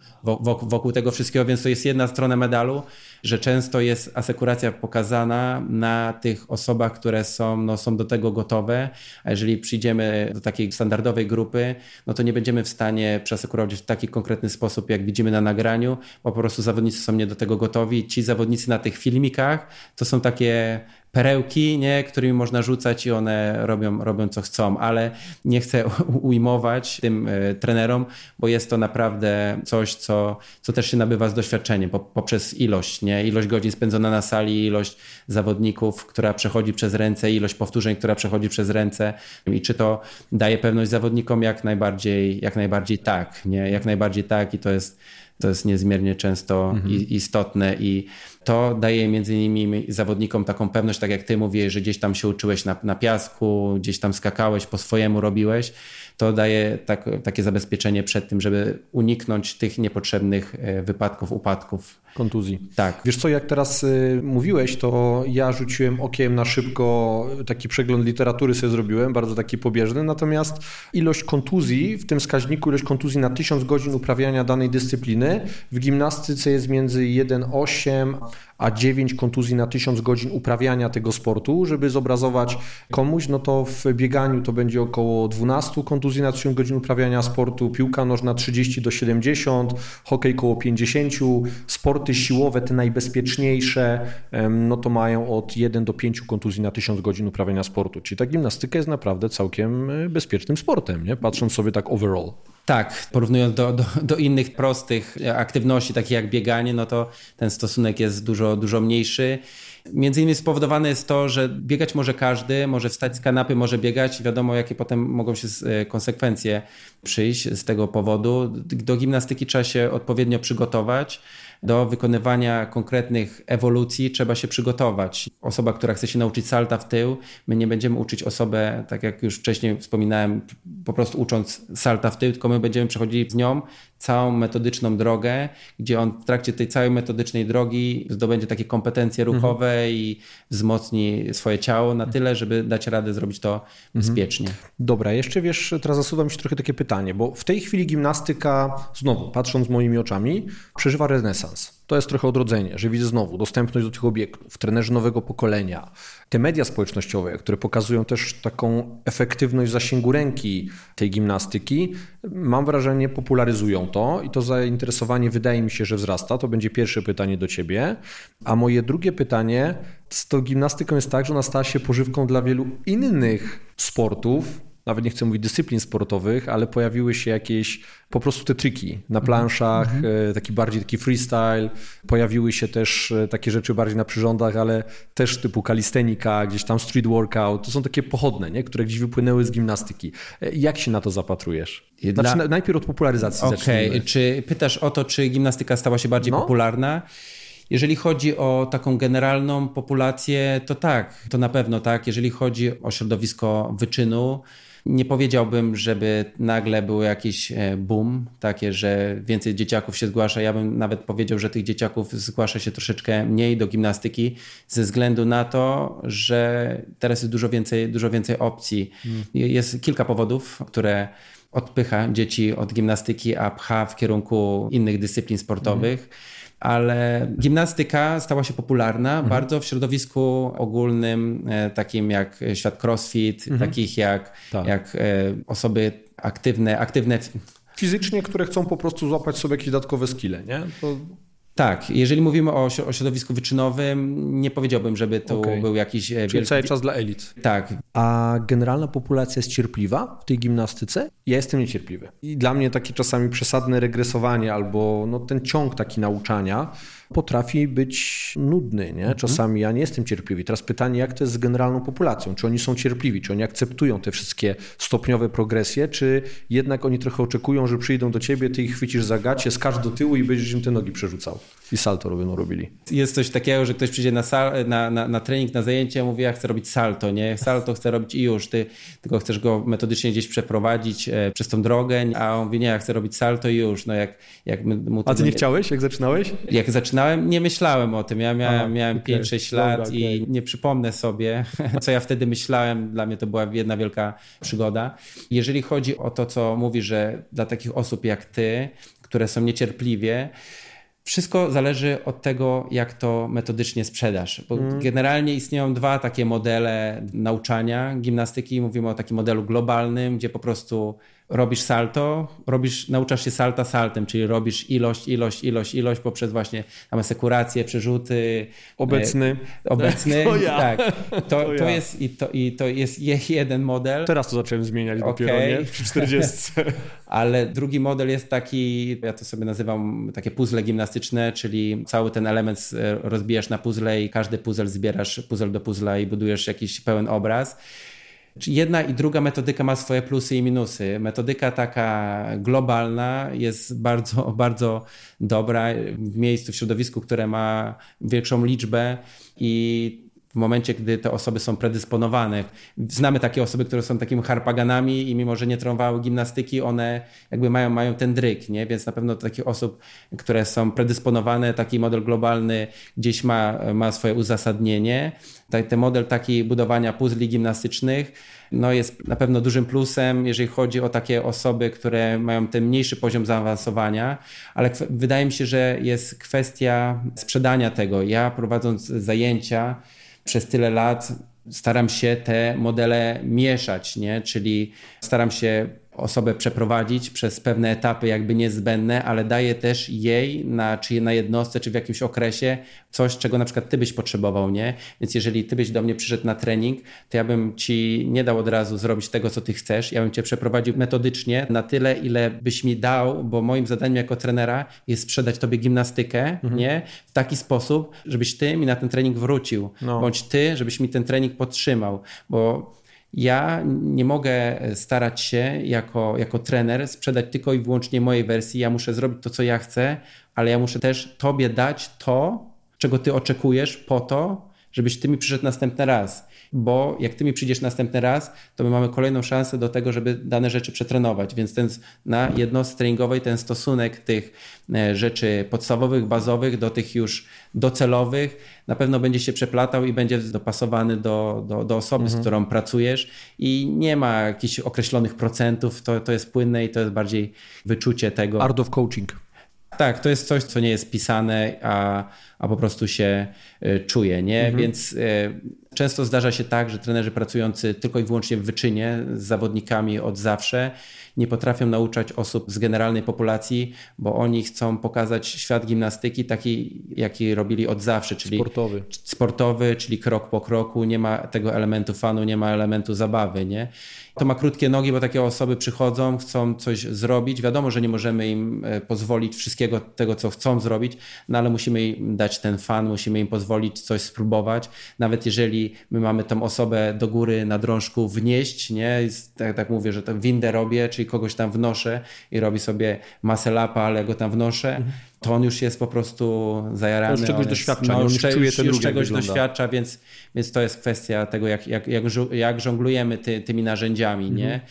wokół tego wszystkiego, więc to jest jedna strona medalu, że często jest asekuracja pokazana na tych osobach, które są do tego gotowe, a jeżeli przyjdziemy do takiej standardowej grupy, no to nie będziemy w stanie przeasekurować w taki konkretny sposób, jak widzimy na nagraniu, bo po prostu zawodnicy są nie do tego gotowi. Ci zawodnicy na tych filmikach to są takie perełki, nie, którymi można rzucać i one robią co chcą, ale nie chcę ujmować tym trenerom, bo jest to naprawdę coś, co też się nabywa z doświadczeniem poprzez ilość godzin spędzona na sali, ilość zawodników, która przechodzi przez ręce, ilość powtórzeń, która przechodzi przez ręce i czy to daje pewność zawodnikom? Jak najbardziej tak, nie? Jak najbardziej tak i to jest niezmiernie często istotne i to daje między innymi zawodnikom taką pewność, tak jak ty mówisz, że gdzieś tam się uczyłeś na piasku, gdzieś tam skakałeś, po swojemu robiłeś. To daje takie zabezpieczenie przed tym, żeby uniknąć tych niepotrzebnych wypadków, upadków. Kontuzji. Tak. Wiesz co, jak teraz mówiłeś, to ja rzuciłem okiem na szybko, taki przegląd literatury sobie zrobiłem, bardzo taki pobieżny, natomiast ilość kontuzji, w tym wskaźniku ilość kontuzji na 1000 godzin uprawiania danej dyscypliny w gimnastyce jest między 1,8 a 9 kontuzji na 1000 godzin uprawiania tego sportu. Żeby zobrazować komuś, no to w bieganiu to będzie około 12 kontuzji na 1000 godzin uprawiania sportu, piłka nożna 30 do 70, hokej koło 50, sporty siłowe, te najbezpieczniejsze, no to mają od 1 do 5 kontuzji na 1000 godzin uprawiania sportu. Czyli ta gimnastyka jest naprawdę całkiem bezpiecznym sportem, nie? Patrząc sobie tak overall. Tak, porównując do innych prostych aktywności, takich jak bieganie, no to ten stosunek jest dużo mniejszy. Między innymi spowodowane jest to, że biegać może każdy, może wstać z kanapy, może biegać. Wiadomo, jakie potem mogą się konsekwencje przyjść z tego powodu. Do gimnastyki trzeba się odpowiednio przygotować. Do wykonywania konkretnych ewolucji trzeba się przygotować. Osoba, która chce się nauczyć salta w tył, my nie będziemy uczyć osobę, tak jak już wcześniej wspominałem, po prostu ucząc salta w tył, tylko my będziemy przechodzili z nią całą metodyczną drogę, gdzie on w trakcie tej całej metodycznej drogi zdobędzie takie kompetencje ruchowe i wzmocni swoje ciało na tyle, żeby dać radę zrobić to bezpiecznie. Dobra, jeszcze wiesz, teraz zasuwa mi się trochę takie pytanie, bo w tej chwili gimnastyka, znowu patrząc moimi oczami, przeżywa renesans. To jest trochę odrodzenie, że widzę znowu dostępność do tych obiektów, trenerzy nowego pokolenia, te media społecznościowe, które pokazują też taką efektywność zasięgu ręki tej gimnastyki, mam wrażenie, popularyzują to i to zainteresowanie wydaje mi się, że wzrasta. To będzie pierwsze pytanie do ciebie. A moje drugie pytanie, z tą gimnastyką jest tak, że ona stała się pożywką dla wielu innych sportów, nawet nie chcę mówić dyscyplin sportowych, ale pojawiły się jakieś po prostu te triki na planszach, taki freestyle. Pojawiły się też takie rzeczy bardziej na przyrządach, ale też typu kalistenika, gdzieś tam street workout. To są takie pochodne, nie? Które gdzieś wypłynęły z gimnastyki. Jak się na to zapatrujesz? Najpierw od popularyzacji zacznijmy. Czy pytasz o to, czy gimnastyka stała się bardziej popularna? Jeżeli chodzi o taką generalną populację, to tak, to na pewno tak. Jeżeli chodzi o środowisko wyczynu, nie powiedziałbym, żeby nagle był jakiś boom, takie, że więcej dzieciaków się zgłasza. Ja bym nawet powiedział, że tych dzieciaków zgłasza się troszeczkę mniej do gimnastyki ze względu na to, że teraz jest dużo więcej opcji. Jest kilka powodów, które odpycha dzieci od gimnastyki, a pcha w kierunku innych dyscyplin sportowych. Ale gimnastyka stała się popularna bardzo w środowisku ogólnym, takim jak świat crossfit, takich jak osoby aktywne. Fizycznie, które chcą po prostu złapać sobie jakieś dodatkowe skille, nie? Tak, jeżeli mówimy o środowisku wyczynowym, nie powiedziałbym, żeby to był jakiś Czyli cały czas dla elit. Tak. A generalna populacja jest cierpliwa w tej gimnastyce? Ja jestem niecierpliwy. I dla mnie takie czasami przesadne regresowanie albo ten ciąg taki nauczania potrafi być nudny, nie? Czasami ja nie jestem cierpliwy. Teraz pytanie, jak to jest z generalną populacją? Czy oni są cierpliwi? Czy oni akceptują te wszystkie stopniowe progresje? Czy jednak oni trochę oczekują, że przyjdą do ciebie, ty ich chwycisz za gacie, skacz do tyłu i będziesz im te nogi przerzucał? I salto robili. Jest coś takiego, że ktoś przyjdzie na trening, na zajęcie, mówi, ja chcę robić salto, nie? Salto chcę robić i już. Ty tylko chcesz go metodycznie gdzieś przeprowadzić przez tą drogę, a on mówi, nie, ja chcę robić salto i już. No jak my mu A ty nie chciałeś, jak zaczynałeś? Jak zaczynałem, Nie myślałem o tym. Ja miałem 5-6 lat i nie przypomnę sobie, co ja wtedy myślałem. Dla mnie to była jedna wielka przygoda. Jeżeli chodzi o to, co mówisz, że dla takich osób jak ty, które są niecierpliwie, wszystko zależy od tego, jak to metodycznie sprzedasz. Bo generalnie istnieją dwa takie modele nauczania gimnastyki. Mówimy o takim modelu globalnym, gdzie po prostu robisz salto, nauczasz się salta saltem, czyli robisz ilość poprzez właśnie tam asekurację, przerzuty. Obecny. To ja. Tak. To jest jeden model. Teraz to zacząłem zmieniać dopiero, nie? Przy 40. Ale drugi model jest taki, ja to sobie nazywam takie puzzle gimnastyczne, czyli cały ten element rozbijasz na puzzle i każdy puzzle zbierasz puzzle do puzzla i budujesz jakiś pełen obraz. Jedna i druga metodyka ma swoje plusy i minusy. Metodyka taka globalna jest bardzo, bardzo dobra w miejscu, w środowisku, które ma większą liczbę i w momencie, gdy te osoby są predysponowane. Znamy takie osoby, które są takimi harpaganami i mimo, że nie trenowały gimnastyki, one jakby mają ten dryg, nie? Więc na pewno do takich osób, które są predysponowane, taki model globalny gdzieś ma swoje uzasadnienie. Ten model taki budowania puzli gimnastycznych jest na pewno dużym plusem, jeżeli chodzi o takie osoby, które mają ten mniejszy poziom zaawansowania, ale wydaje mi się, że jest kwestia sprzedania tego. Ja prowadząc zajęcia przez tyle lat staram się te modele mieszać, nie? Czyli staram się osobę przeprowadzić przez pewne etapy jakby niezbędne, ale daję też jej czy na jednostce, czy w jakimś okresie coś, czego na przykład ty byś potrzebował, nie? Więc jeżeli ty byś do mnie przyszedł na trening, to ja bym ci nie dał od razu zrobić tego, co ty chcesz. Ja bym cię przeprowadził metodycznie na tyle, ile byś mi dał, bo moim zadaniem jako trenera jest sprzedać tobie gimnastykę, nie? W taki sposób, żebyś ty mi na ten trening wrócił, bądź ty, żebyś mi ten trening podtrzymał, bo ja nie mogę starać się jako trener sprzedać tylko i wyłącznie mojej wersji. Ja muszę zrobić to, co ja chcę, ale ja muszę też tobie dać to, czego ty oczekujesz po to, żebyś ty mi przyszedł następny raz. Bo jak ty mi przyjdziesz następny raz, to my mamy kolejną szansę do tego, żeby dane rzeczy przetrenować. Więc na jednostce treningowej ten stosunek tych rzeczy podstawowych, bazowych do tych już docelowych na pewno będzie się przeplatał i będzie dopasowany do osoby, z którą pracujesz i nie ma jakichś określonych procentów. To jest płynne i to jest bardziej wyczucie tego. Art of coaching. Tak, to jest coś, co nie jest pisane, a po prostu się czuje, nie? Więc często zdarza się tak, że trenerzy pracujący tylko i wyłącznie w wyczynie z zawodnikami od zawsze nie potrafią nauczać osób z generalnej populacji, bo oni chcą pokazać świat gimnastyki taki, jaki robili od zawsze, czyli sportowy, czyli krok po kroku, nie ma tego elementu fanu, nie ma elementu zabawy, nie? To ma krótkie nogi, bo takie osoby przychodzą, chcą coś zrobić. Wiadomo, że nie możemy im pozwolić wszystkiego tego, co chcą zrobić, no ale musimy im dać ten fan, musimy im pozwolić coś spróbować. Nawet jeżeli my mamy tą osobę do góry na drążku wnieść, nie? Tak mówię, że to windę robię, czyli kogoś tam wnoszę i robi sobie muscle upa, ale go tam wnoszę, to on już jest po prostu zajarany. On już czegoś doświadcza, on już czuje ten już czegoś doświadcza, więc to jest kwestia tego, jak żonglujemy tymi narzędziami, nie?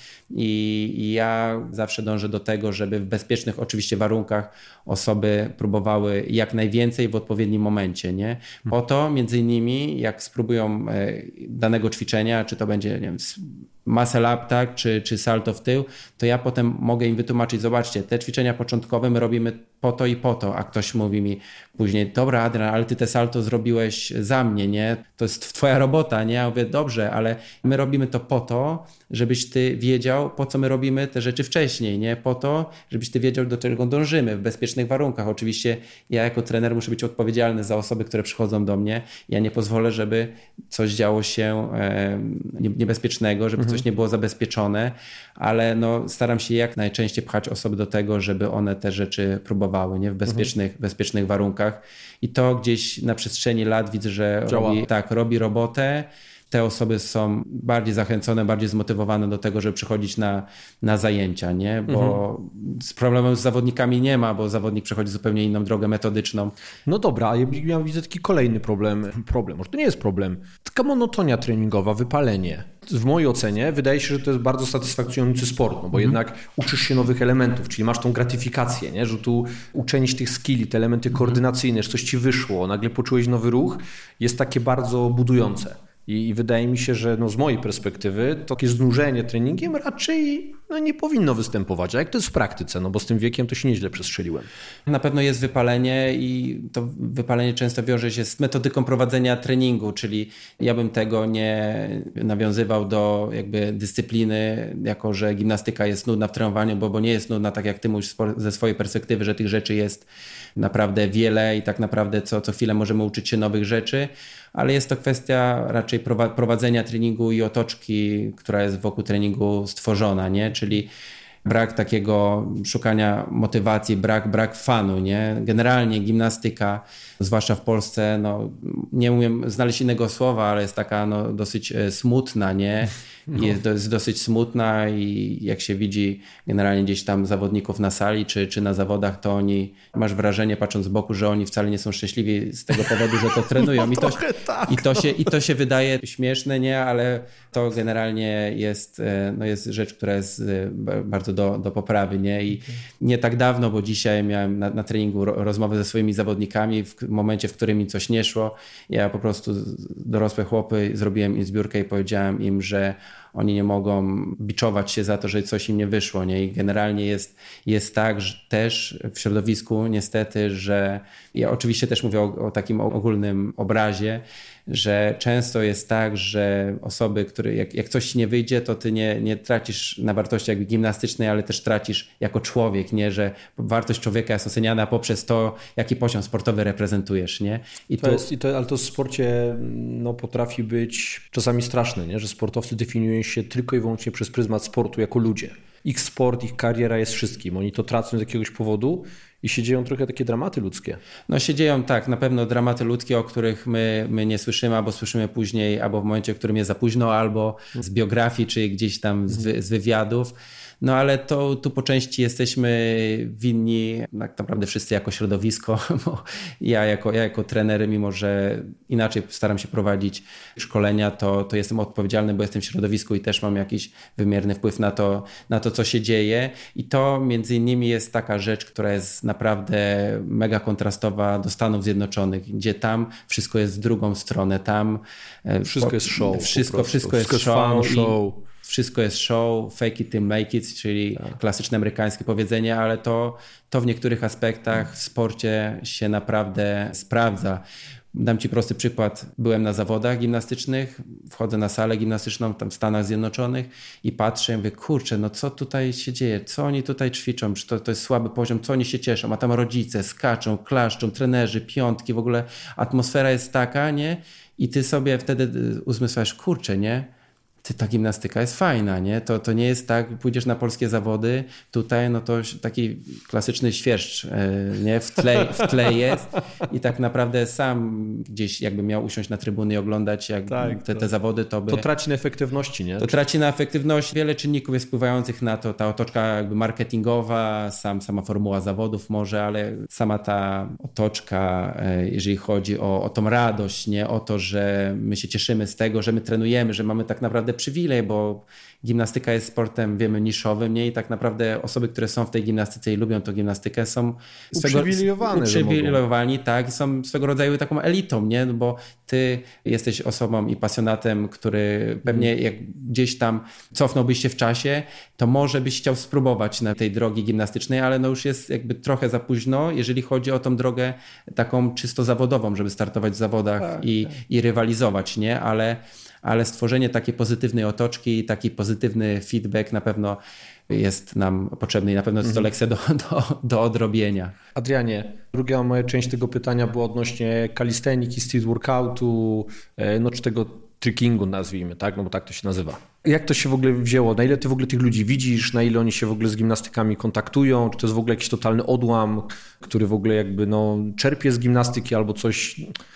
I ja zawsze dążę do tego, żeby w bezpiecznych oczywiście warunkach osoby próbowały jak najwięcej w odpowiednim momencie, nie? Po to między innymi jak spróbują danego ćwiczenia, czy to będzie, nie wiem, muscle up, tak, czy salto w tył, to ja potem mogę im wytłumaczyć, zobaczcie, te ćwiczenia początkowe my robimy po to i po to, a ktoś mówi mi później, dobra Adrian, ale ty te salto zrobiłeś za mnie, nie? To jest twoja robota, nie? Ja mówię, dobrze, ale my robimy to po to, żebyś ty wiedział, po co my robimy te rzeczy wcześniej, nie? Po to, żebyś ty wiedział, do czego dążymy w bezpiecznych warunkach. Oczywiście ja jako trener muszę być odpowiedzialny za osoby, które przychodzą do mnie. Ja nie pozwolę, żeby coś działo się niebezpiecznego, żeby coś nie było zabezpieczone, ale staram się jak najczęściej pchać osoby do tego, żeby one te rzeczy próbowały, nie? W bezpiecznych warunkach. I to gdzieś na przestrzeni lat widzę, że robi robotę. te osoby są bardziej zachęcone, bardziej zmotywowane do tego, żeby przychodzić na zajęcia, nie? Bo z problemem z zawodnikami nie ma, bo zawodnik przechodzi zupełnie inną drogę metodyczną. No dobra, ja widzę taki kolejny problem, może to nie jest problem, taka monotonia treningowa, wypalenie. W mojej ocenie wydaje się, że to jest bardzo satysfakcjonujący sport, no bo jednak uczysz się nowych elementów, czyli masz tą gratyfikację, nie? Że tu uczenie się tych skilli, te elementy koordynacyjne, że coś ci wyszło, nagle poczułeś nowy ruch, jest takie bardzo budujące. I wydaje mi się, że z mojej perspektywy to takie znużenie treningiem raczej nie powinno występować. A jak to jest w praktyce? Bo z tym wiekiem to się nieźle przestrzeliłem. Na pewno jest wypalenie i to wypalenie często wiąże się z metodyką prowadzenia treningu, czyli ja bym tego nie nawiązywał do jakby dyscypliny, jako że gimnastyka jest nudna w trenowaniu, bo nie jest nudna, tak jak ty mówisz ze swojej perspektywy, że tych rzeczy jest naprawdę wiele i tak naprawdę co chwilę możemy uczyć się nowych rzeczy, ale jest to kwestia raczej prowadzenia treningu i otoczki, która jest wokół treningu stworzona, nie? Czyli brak takiego szukania motywacji, brak fanu, nie? Generalnie gimnastyka, zwłaszcza w Polsce, nie umiem znaleźć innego słowa, ale jest taka dosyć smutna, nie? Jest dosyć smutna i jak się widzi generalnie gdzieś tam zawodników na sali czy na zawodach, to masz wrażenie, patrząc z boku, że oni wcale nie są szczęśliwi z tego powodu, że to trenują. I to się wydaje śmieszne, nie? Ale to generalnie jest rzecz, która jest bardzo do poprawy, nie? I nie tak dawno, bo dzisiaj miałem na treningu rozmowę ze swoimi zawodnikami w momencie, w którym mi coś nie szło. Ja po prostu dorosłe chłopy zrobiłem im zbiórkę i powiedziałem im, że oni nie mogą biczować się za to, że coś im nie wyszło, nie? I generalnie jest tak, że też w środowisku niestety, że ja oczywiście też mówię o takim ogólnym obrazie, że często jest tak, że osoby, które jak coś ci nie wyjdzie, to ty nie tracisz na wartości jakby gimnastycznej, ale też tracisz jako człowiek, nie? Że wartość człowieka jest oceniana poprzez to, jaki poziom sportowy reprezentujesz, nie? Ale to w sporcie potrafi być czasami straszne, nie? Że sportowcy definiują się tylko i wyłącznie przez pryzmat sportu jako ludzie. Ich sport, ich kariera jest wszystkim. Oni to tracą z jakiegoś powodu i się dzieją trochę takie dramaty ludzkie. Się dzieją tak, na pewno dramaty ludzkie, o których my nie słyszymy, albo słyszymy później, albo w momencie, w którym jest za późno, albo z biografii, czy gdzieś tam z wywiadów. Ale tu po części jesteśmy winni tak naprawdę wszyscy jako środowisko, bo ja jako trener, mimo że inaczej staram się prowadzić szkolenia, to jestem odpowiedzialny, bo jestem w środowisku i też mam jakiś wymierny wpływ na to, co się dzieje. I to między innymi jest taka rzecz, która jest naprawdę mega kontrastowa do Stanów Zjednoczonych, gdzie tam wszystko jest w drugą stronę. Tam wszystko jest show. Wszystko jest show. Wszystko jest show, fake it till make it, czyli klasyczne amerykańskie powiedzenie, ale to w niektórych aspektach w sporcie się naprawdę sprawdza. Dam ci prosty przykład. Byłem na zawodach gimnastycznych, wchodzę na salę gimnastyczną tam w Stanach Zjednoczonych i patrzę i mówię, kurczę, co tutaj się dzieje? Co oni tutaj ćwiczą? Czy to jest słaby poziom? Co oni się cieszą? A tam rodzice skaczą, klaszczą, trenerzy, piątki, w ogóle atmosfera jest taka, nie? I ty sobie wtedy uzmysłasz, kurczę, nie? Ta gimnastyka jest fajna, nie? To nie jest tak, pójdziesz na polskie zawody, tutaj to taki klasyczny świerszcz, nie? W tle jest i tak naprawdę sam gdzieś jakby miał usiąść na trybuny i oglądać te zawody, to traci na efektywności, nie? To traci na efektywność. Wiele czynników jest wpływających na to. Ta otoczka jakby marketingowa, sama formuła zawodów może, ale sama ta otoczka, jeżeli chodzi o tą radość, nie? O to, że my się cieszymy z tego, że my trenujemy, że mamy tak naprawdę przywilej, bo gimnastyka jest sportem, wiemy, niszowym, nie? I tak naprawdę osoby, które są w tej gimnastyce i lubią tą gimnastykę, są uprzywilejowani, tak, i są swego rodzaju taką elitą, nie? Bo ty jesteś osobą i pasjonatem, który pewnie jak gdzieś tam cofnąłbyś się w czasie, to może byś chciał spróbować na tej drogi gimnastycznej, ale już jest jakby trochę za późno, jeżeli chodzi o tą drogę taką czysto zawodową, żeby startować w zawodach i rywalizować, nie? Ale stworzenie takiej pozytywnej otoczki, taki pozytywny feedback na pewno jest nam potrzebny i na pewno jest to lekcja do odrobienia. Adrianie, druga moja część tego pytania była odnośnie kalisteniki, street workoutu, czy tego trickingu nazwijmy, tak? Bo tak to się nazywa. Jak to się w ogóle wzięło? Na ile ty w ogóle tych ludzi widzisz? Na ile oni się w ogóle z gimnastykami kontaktują? Czy to jest w ogóle jakiś totalny odłam, który w ogóle jakby czerpie z gimnastyki albo coś...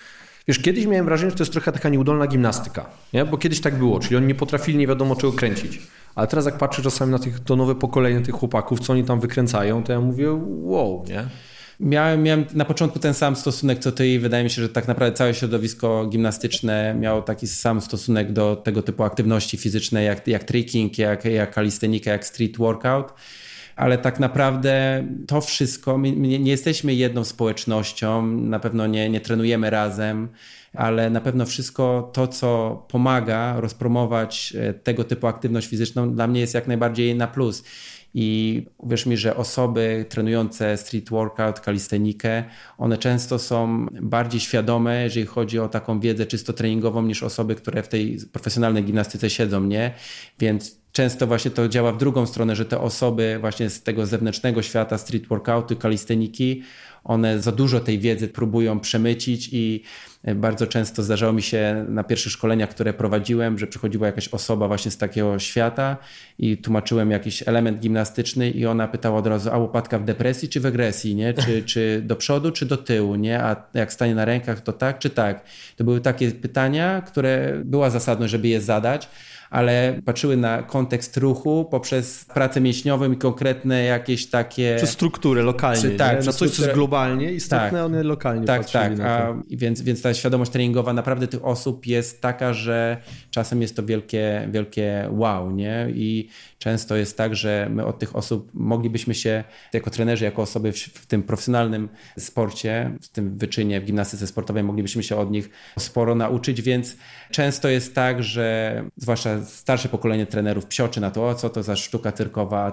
Wiesz, kiedyś miałem wrażenie, że to jest trochę taka nieudolna gimnastyka, nie? Bo kiedyś tak było, czyli oni nie potrafili nie wiadomo czego kręcić. Ale teraz jak patrzę czasami na to nowe pokolenie tych chłopaków, co oni tam wykręcają, to ja mówię wow, nie? Miałem na początku ten sam stosunek co ty i wydaje mi się, że tak naprawdę całe środowisko gimnastyczne miało taki sam stosunek do tego typu aktywności fizycznej jak tricking, jak kalistenika, jak street workout. Ale tak naprawdę to wszystko, my nie jesteśmy jedną społecznością, na pewno nie trenujemy razem, ale na pewno wszystko to, co pomaga rozpromować tego typu aktywność fizyczną, dla mnie jest jak najbardziej na plus. I uwierz mi, że osoby trenujące street workout, kalistenikę, one często są bardziej świadome, jeżeli chodzi o taką wiedzę czysto treningową, niż osoby, które w tej profesjonalnej gimnastyce siedzą, nie? Więc często właśnie to działa w drugą stronę, że te osoby właśnie z tego zewnętrznego świata street workoutu, kalisteniki, one za dużo tej wiedzy próbują przemycić i bardzo często zdarzało mi się na pierwszych szkoleniach, które prowadziłem, że przychodziła jakaś osoba właśnie z takiego świata i tłumaczyłem jakiś element gimnastyczny i ona pytała od razu, a łopatka w depresji czy w egresji, nie? Czy do przodu, czy do tyłu, nie? A jak stanie na rękach, to tak, czy tak? To były takie pytania, które była zasadność, żeby je zadać, ale patrzyły na kontekst ruchu poprzez pracę mięśniową i konkretne jakieś takie... Czy strukturę lokalnie, tak, na coś, co jest globalnie i istotne, one lokalnie patrzyli na to. Więc ta świadomość treningowa naprawdę tych osób jest taka, że czasem jest to wielkie wow, nie? I często jest tak, że my od tych osób moglibyśmy się jako trenerzy, jako osoby w tym profesjonalnym sporcie, w tym wyczynie, w gimnastyce sportowej moglibyśmy się od nich sporo nauczyć, więc często jest tak, że zwłaszcza starsze pokolenie trenerów psioczy na to, co to za sztuka cyrkowa,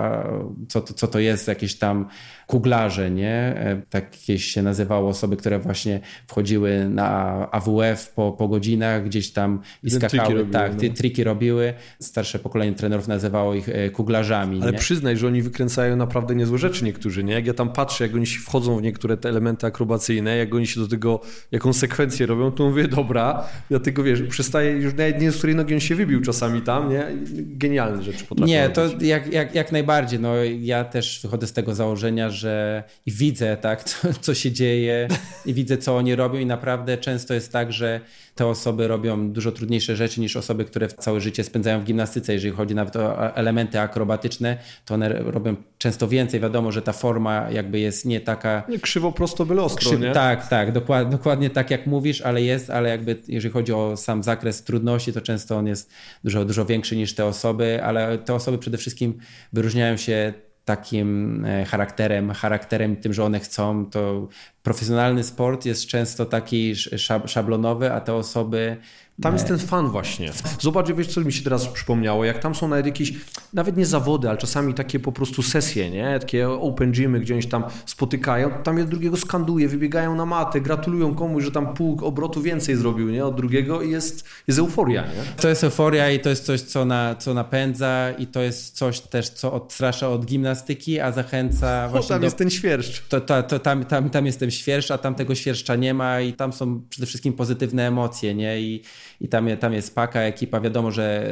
co to jest jakieś tam kuglarze, nie? Tak kiedyś się nazywało osoby, które właśnie wchodziły na AWF po godzinach, gdzieś tam i skakały. Triki robiły. Starsze pokolenie trenerów nazywało ich kuglarzami. Ale nie? przyznaj, że oni wykręcają naprawdę niezłe rzeczy niektórzy, nie? Jak ja tam patrzę, jak oni wchodzą w niektóre te elementy akrobacyjne, jak oni się do tego, jaką sekwencję robią, to mówię, dobra, ja tego wiesz, przestaję, już nawet nie z której nogi on się wybił czasami tam, nie? Genialne rzeczy potrafią Nie, robić. to jak najbardziej. No, ja też wychodzę z tego założenia, że i widzę tak, co się dzieje i widzę, co oni robią i naprawdę często jest tak, że te osoby robią dużo trudniejsze rzeczy niż osoby, które całe życie spędzają w gimnastyce. Jeżeli chodzi nawet o elementy akrobatyczne, to one robią często więcej. Wiadomo, że ta forma jakby jest nie taka... Nie krzywo, prosto, byle ostro, nie? Tak, dokładnie tak jak mówisz, ale jakby jeżeli chodzi o sam zakres trudności, to często on jest dużo większy niż te osoby, ale te osoby przede wszystkim wyróżniają się takim charakterem tym, że one chcą, to profesjonalny sport jest często taki szablonowy, a te osoby... Tam jest ten fan właśnie. Zobacz, wiesz, co mi się teraz przypomniało, jak tam są nawet jakieś, nawet nie zawody, ale czasami takie po prostu sesje, nie? Takie open gymy, gdzie oni się tam spotykają, tam jeden drugiego skanduje, wybiegają na matę, gratulują komuś, że tam pół obrotu więcej zrobił, nie? Od drugiego i jest euforia, nie? To jest euforia i to jest coś, co napędza i to jest coś też, co odstrasza od gimnastyki, a zachęca właśnie tam jest ten świerszcz. Tam jest ten świerszcz, a tam tego świerszcza nie ma i tam są przede wszystkim pozytywne emocje, nie? I tam jest paka, ekipa, wiadomo, że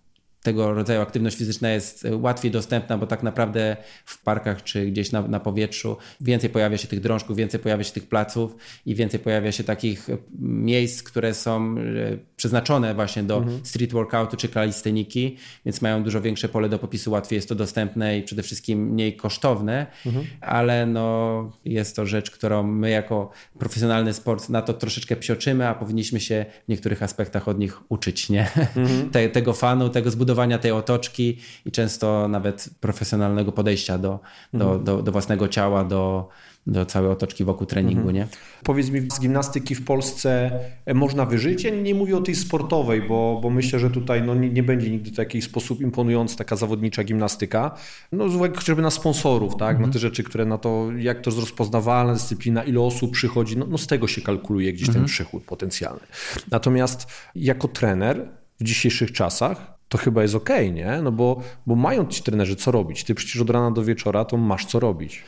tego rodzaju aktywność fizyczna jest łatwiej dostępna, bo tak naprawdę w parkach czy gdzieś na powietrzu więcej pojawia się tych drążków, więcej pojawia się tych placów i więcej pojawia się takich miejsc, które są przeznaczone właśnie do street workoutu czy kalisteniki, więc mają dużo większe pole do popisu, łatwiej jest to dostępne i przede wszystkim mniej kosztowne, ale no jest to rzecz, którą my jako profesjonalny sport na to troszeczkę psioczymy, a powinniśmy się w niektórych aspektach od nich uczyć, nie? Tego fanu, tego zbudowania tej otoczki i często nawet profesjonalnego podejścia do własnego ciała, do całej otoczki wokół treningu, nie? Powiedz mi, z gimnastyki w Polsce można wyżyć? Ja nie mówię o tej sportowej, bo myślę, że tutaj nie będzie nigdy w taki sposób imponująca taka zawodnicza gimnastyka. No z uwagi chociażby na sponsorów, tak? Na te rzeczy, które na to, jak to jest rozpoznawalna dyscyplina, ile osób przychodzi, no z tego się kalkuluje gdzieś ten przychód potencjalny. Natomiast jako trener w dzisiejszych czasach to chyba jest okej, nie? No bo mają ci trenerzy co robić. Ty przecież od rana do wieczora to masz co robić.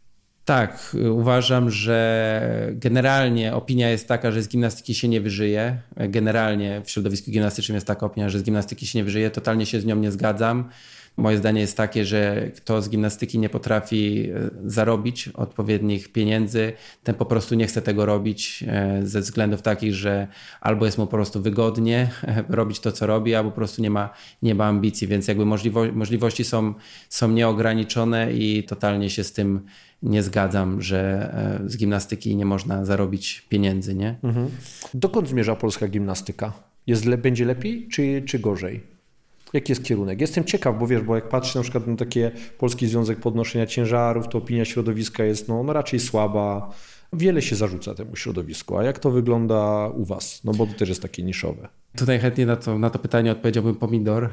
Tak, uważam, że generalnie opinia jest taka, że z gimnastyki się nie wyżyje. Generalnie w środowisku gimnastycznym jest taka opinia, że z gimnastyki się nie wyżyje. Totalnie się z nią nie zgadzam. Moje zdanie jest takie, że kto z gimnastyki nie potrafi zarobić odpowiednich pieniędzy, ten po prostu nie chce tego robić ze względów takich, że albo jest mu po prostu wygodnie robić to, co robi, albo po prostu nie ma ambicji, więc jakby możliwości są nieograniczone i totalnie się z tym nie zgadzam, że z gimnastyki nie można zarobić pieniędzy, nie? Mhm. Dokąd zmierza polska gimnastyka? Będzie lepiej czy gorzej? Jaki jest kierunek? Jestem ciekaw, bo jak patrzę na przykład na takie Polski Związek Podnoszenia Ciężarów, to opinia środowiska jest raczej słaba. Wiele się zarzuca temu środowisku. A jak to wygląda u was? No bo to też jest takie niszowe. Tutaj chętnie na to pytanie odpowiedziałbym pomidor.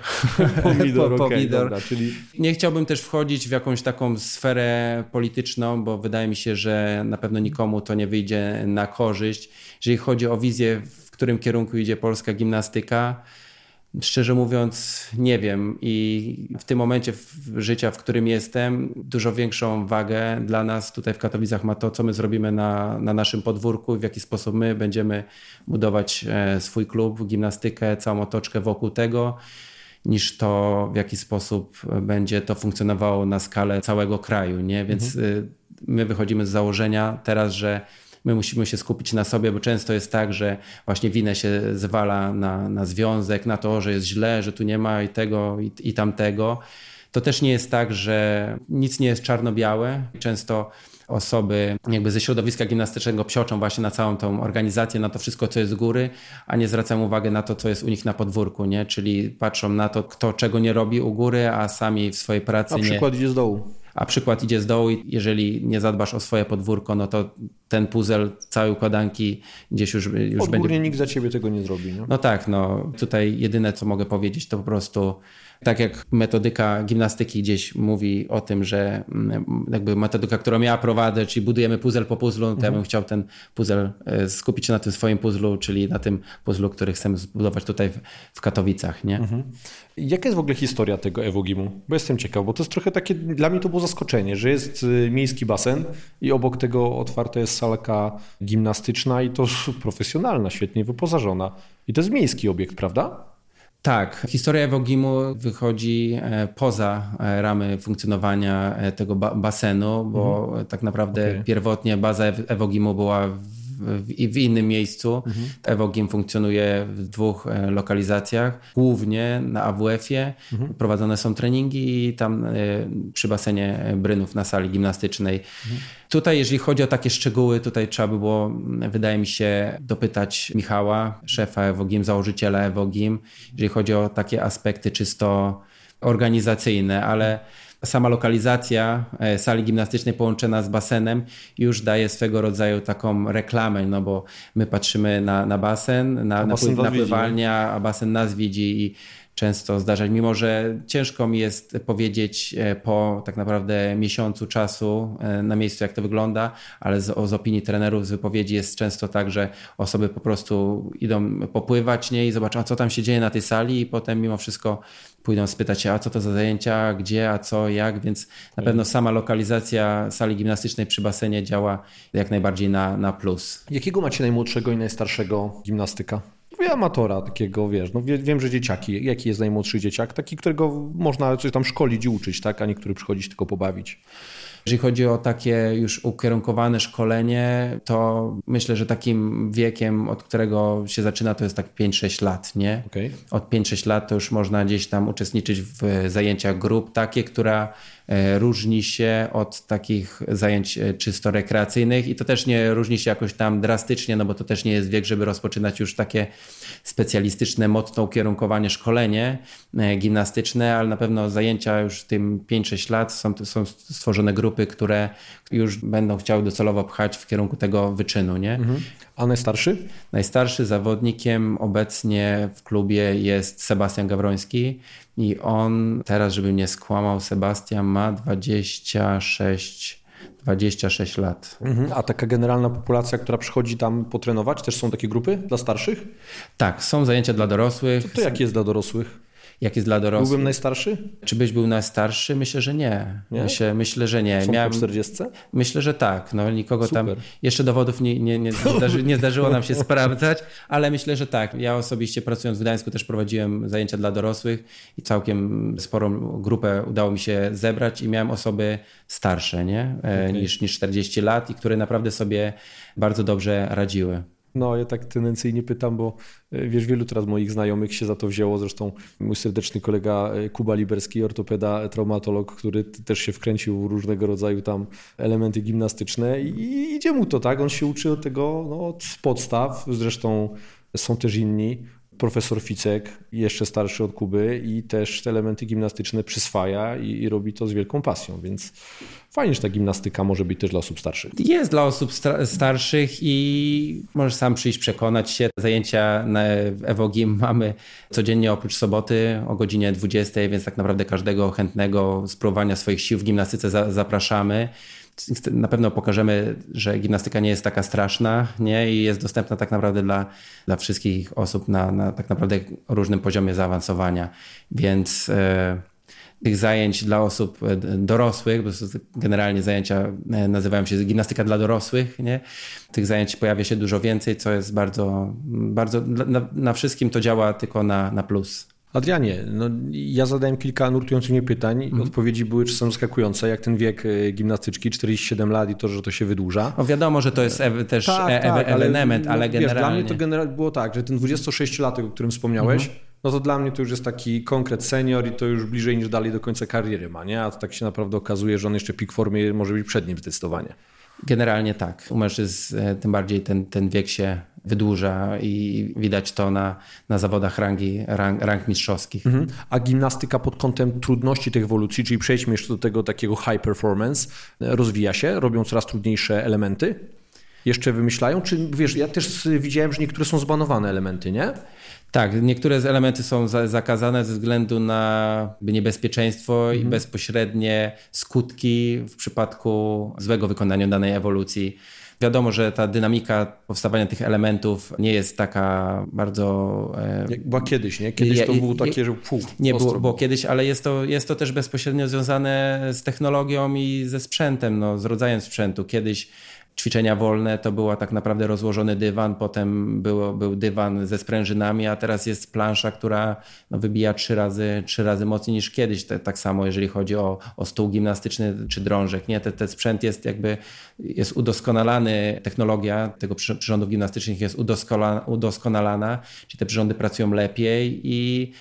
Okej, dobra, czyli... Nie chciałbym też wchodzić w jakąś taką sferę polityczną, bo wydaje mi się, że na pewno nikomu to nie wyjdzie na korzyść. Jeżeli chodzi o wizję, w którym kierunku idzie polska gimnastyka, szczerze mówiąc nie wiem i w tym momencie życia, w którym jestem, dużo większą wagę dla nas tutaj w Katowicach ma to, co my zrobimy na naszym podwórku i w jaki sposób my będziemy budować swój klub, gimnastykę, całą otoczkę wokół tego, niż to, w jaki sposób będzie to funkcjonowało na skalę całego kraju, nie? Więc my wychodzimy z założenia teraz, że my musimy się skupić na sobie, bo często jest tak, że właśnie winę się zwala na związek, na to, że jest źle, że tu nie ma i tego i tamtego. To też nie jest tak, że nic nie jest czarno-białe. Często osoby jakby ze środowiska gimnastycznego psioczą właśnie na całą tą organizację, na to wszystko, co jest z góry, a nie zwracają uwagi na to, co jest u nich na podwórku, nie? Czyli patrzą na to, kto czego nie robi u góry, a sami w swojej pracy nie... A przykład idzie z dołu. A przykład idzie z dołu i jeżeli nie zadbasz o swoje podwórko, no to ten puzzle całej układanki gdzieś już Odgórnie będzie... nikt za ciebie tego nie zrobi. Nie? No tak, tutaj jedyne co mogę powiedzieć to po prostu tak jak metodyka gimnastyki gdzieś mówi o tym, że jakby metodyka, którą ja prowadzę, czyli budujemy puzzle po puzzlu, to ja bym chciał ten puzzle skupić się na tym swoim puzzlu, czyli na tym puzzlu, który chcemy zbudować tutaj w Katowicach, nie? Jaka jest w ogóle historia tego Ewogimu? Bo jestem ciekaw, bo to jest trochę takie, dla mnie to było zaskoczenie, że jest miejski basen i obok tego otwarta jest salka gimnastyczna i to profesjonalna, świetnie wyposażona. I to jest miejski obiekt, prawda? Tak, historia Ewogimu wychodzi poza ramy funkcjonowania tego basenu, bo tak naprawdę pierwotnie baza Ewogimu była w innym miejscu. Ewogim funkcjonuje w 2 lokalizacjach, głównie na AWF-ie. Prowadzone są treningi i tam przy basenie Brynów na sali gimnastycznej. Tutaj, jeżeli chodzi o takie szczegóły, tutaj trzeba by było, wydaje mi się, dopytać Michała, szefa Ewogim, założyciela Ewogim, jeżeli chodzi o takie aspekty czysto organizacyjne, ale sama lokalizacja sali gimnastycznej połączona z basenem już daje swego rodzaju taką reklamę, no bo my patrzymy na basen, na pływalnię, a basen nas widzi i często zdarza, mimo że ciężko mi jest powiedzieć po tak naprawdę miesiącu czasu na miejscu, jak to wygląda, ale z opinii trenerów, z wypowiedzi jest często tak, że osoby po prostu idą popływać nie i zobaczą, a co tam się dzieje na tej sali i potem mimo wszystko pójdą spytać się, a co to za zajęcia, gdzie, a co, jak, więc na pewno sama lokalizacja sali gimnastycznej przy basenie działa jak najbardziej na plus. Jakiego macie najmłodszego i najstarszego gimnastyka? Amatora takiego, wiesz, wiem, że dzieciaki. Jaki jest najmłodszy dzieciak? Taki, którego można coś tam szkolić i uczyć, tak? A nie który przychodzi się tylko pobawić. Jeżeli chodzi o takie już ukierunkowane szkolenie, to myślę, że takim wiekiem, od którego się zaczyna, to jest tak 5-6 lat, nie? Okay. Od 5-6 lat to już można gdzieś tam uczestniczyć w zajęciach grup, takie, która różni się od takich zajęć czysto rekreacyjnych i to też nie różni się jakoś tam drastycznie, no bo to też nie jest wiek, żeby rozpoczynać już takie specjalistyczne, mocno ukierunkowane szkolenie gimnastyczne, ale na pewno zajęcia już w tym 5-6 lat są stworzone grupy, które już będą chciały docelowo pchać w kierunku tego wyczynu, nie? A najstarszy? Najstarszy zawodnikiem obecnie w klubie jest Sebastian Gawroński i on teraz, żeby nie skłamał, Sebastian ma 26 lat. A taka generalna populacja, która przychodzi tam potrenować, też są takie grupy dla starszych? Tak, są zajęcia dla dorosłych. To jakie jest dla dorosłych? jak jest dla dorosłych. Byłbym najstarszy? Czy byś był najstarszy? Myślę, że nie. Myślę, że nie. Są po 40? Myślę, że tak. No, nikogo Super. tam... Jeszcze dowodów nie zdarzyło nam się sprawdzać, ale myślę, że tak. Ja osobiście pracując w Gdańsku też prowadziłem zajęcia dla dorosłych i całkiem sporą grupę udało mi się zebrać i miałem osoby starsze, nie? Niż 40 lat i które naprawdę sobie bardzo dobrze radziły. No, ja tak tendencyjnie pytam, bo wiesz, wielu teraz moich znajomych się za to wzięło. Zresztą mój serdeczny kolega Kuba Liberski, ortopeda, traumatolog, który też się wkręcił w różnego rodzaju tam elementy gimnastyczne i idzie mu to, tak? On się uczy od tego od podstaw. Zresztą są też inni. Profesor Ficek, jeszcze starszy od Kuby i też te elementy gimnastyczne przyswaja i robi to z wielką pasją, więc fajnie, że ta gimnastyka może być też dla osób starszych. Jest dla osób starszych i możesz sam przyjść, przekonać się. Zajęcia w EvoGym mamy codziennie oprócz soboty o godzinie 20, więc tak naprawdę każdego chętnego spróbowania swoich sił w gimnastyce zapraszamy. Na pewno pokażemy, że gimnastyka nie jest taka straszna, nie? I jest dostępna tak naprawdę dla wszystkich osób na tak naprawdę różnym poziomie zaawansowania. Więc tych zajęć dla osób dorosłych, bo generalnie zajęcia nazywają się gimnastyka dla dorosłych, nie? Tych zajęć pojawia się dużo więcej, co jest bardzo, bardzo na wszystkim to działa tylko na plus. Adrianie, no ja zadałem kilka nurtujących mnie pytań. Odpowiedzi były czasem zaskakujące, jak ten wiek gimnastyczki, 47 lat i to, że to się wydłuża. No wiadomo, że to jest też element, ale generalnie... Wiesz, dla mnie to generalnie było tak, że ten 26-latek, o którym wspomniałeś, no to dla mnie to już jest taki konkret senior i to już bliżej niż dalej do końca kariery ma, nie? A to tak się naprawdę okazuje, że on jeszcze pik formy może być przed nim zdecydowanie. Generalnie tak. U mężczyzn tym bardziej ten wiek się wydłuża i widać to na zawodach rang mistrzowskich. A gimnastyka pod kątem trudności tej ewolucji, czyli przejdźmy jeszcze do tego takiego high performance, rozwija się, robią coraz trudniejsze elementy? Jeszcze wymyślają? Czy wiesz, ja też widziałem, że niektóre są zbanowane elementy, nie? Tak, niektóre z elementy są zakazane ze względu na niebezpieczeństwo i bezpośrednie skutki w przypadku złego wykonania danej ewolucji. Wiadomo, że ta dynamika powstawania tych elementów nie jest taka bardzo... Jak była kiedyś, nie? Kiedyś to było takie, że nie było kiedyś, ale jest to też bezpośrednio związane z technologią i ze sprzętem, no, z rodzajem sprzętu. Kiedyś ćwiczenia wolne to był tak naprawdę rozłożony dywan, potem był dywan ze sprężynami, a teraz jest plansza, która wybija 3 razy mocniej niż kiedyś. Tak samo jeżeli chodzi o stół gimnastyczny czy drążek. Nie? Ten sprzęt jest udoskonalany, technologia tego przyrządów gimnastycznych jest udoskonalana, czyli te przyrządy pracują lepiej i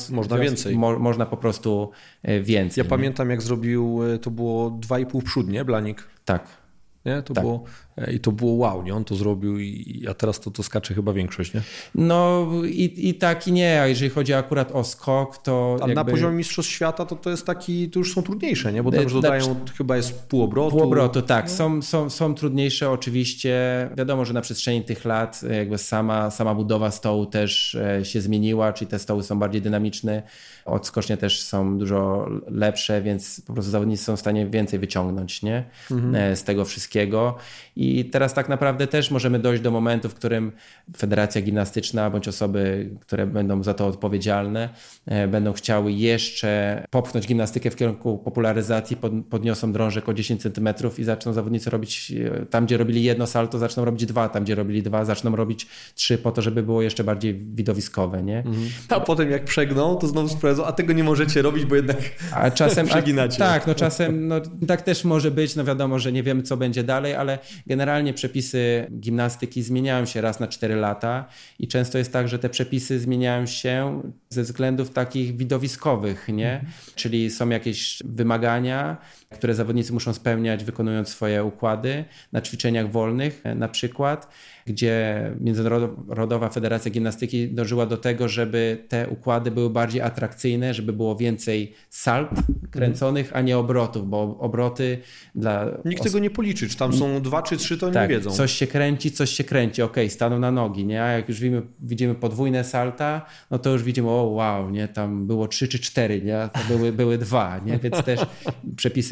można po prostu więcej. Ja pamiętam, jak zrobił, to było 2,5 przód, nie? Blanik. Tak. Nie? To było wow, nie? On to zrobił, a teraz to skacze chyba większość, nie? No i tak i nie, a jeżeli chodzi akurat o skok, to a na poziomie mistrzostw świata to jest taki, to już są trudniejsze, nie? Bo tam już dodają, chyba jest półobrotu. Półobrotu, tak. Są trudniejsze oczywiście. Wiadomo, że na przestrzeni tych lat jakby sama budowa stołu też się zmieniła, czyli te stoły są bardziej dynamiczne, odskocznie też są dużo lepsze, więc po prostu zawodnicy są w stanie więcej wyciągnąć, nie? Z tego wszystkiego. I teraz tak naprawdę też możemy dojść do momentu, w którym Federacja Gimnastyczna bądź osoby, które będą za to odpowiedzialne, będą chciały jeszcze popchnąć gimnastykę w kierunku popularyzacji, podniosą drążek o 10 cm i zaczną zawodnicy robić, tam gdzie robili jedno salto, zaczną robić 2, tam gdzie robili 2, zaczną robić 3 po to, żeby było jeszcze bardziej widowiskowe, nie? A potem jak przegną, to znowu sprawdzą, a tego nie możecie robić, bo jednak przeginacie. Tak, czasem tak też może być, wiadomo, że nie wiemy, co będzie dalej, ale generalnie przepisy gimnastyki zmieniają się raz na 4 lata i często jest tak, że te przepisy zmieniają się ze względów takich widowiskowych, nie? Czyli są jakieś wymagania, które zawodnicy muszą spełniać, wykonując swoje układy na ćwiczeniach wolnych na przykład, gdzie Międzynarodowa Federacja Gimnastyki dążyła do tego, żeby te układy były bardziej atrakcyjne, żeby było więcej salt kręconych, a nie obrotów, bo obroty dla... Nikt tego nie policzy, czy tam są 2 czy 3, to nie wiedzą. Coś się kręci, okej, staną na nogi, nie? A jak już widzimy podwójne salta, no to już widzimy, o wow, nie? Tam było 3 czy 4, nie? To były 2, nie? Więc też przepisy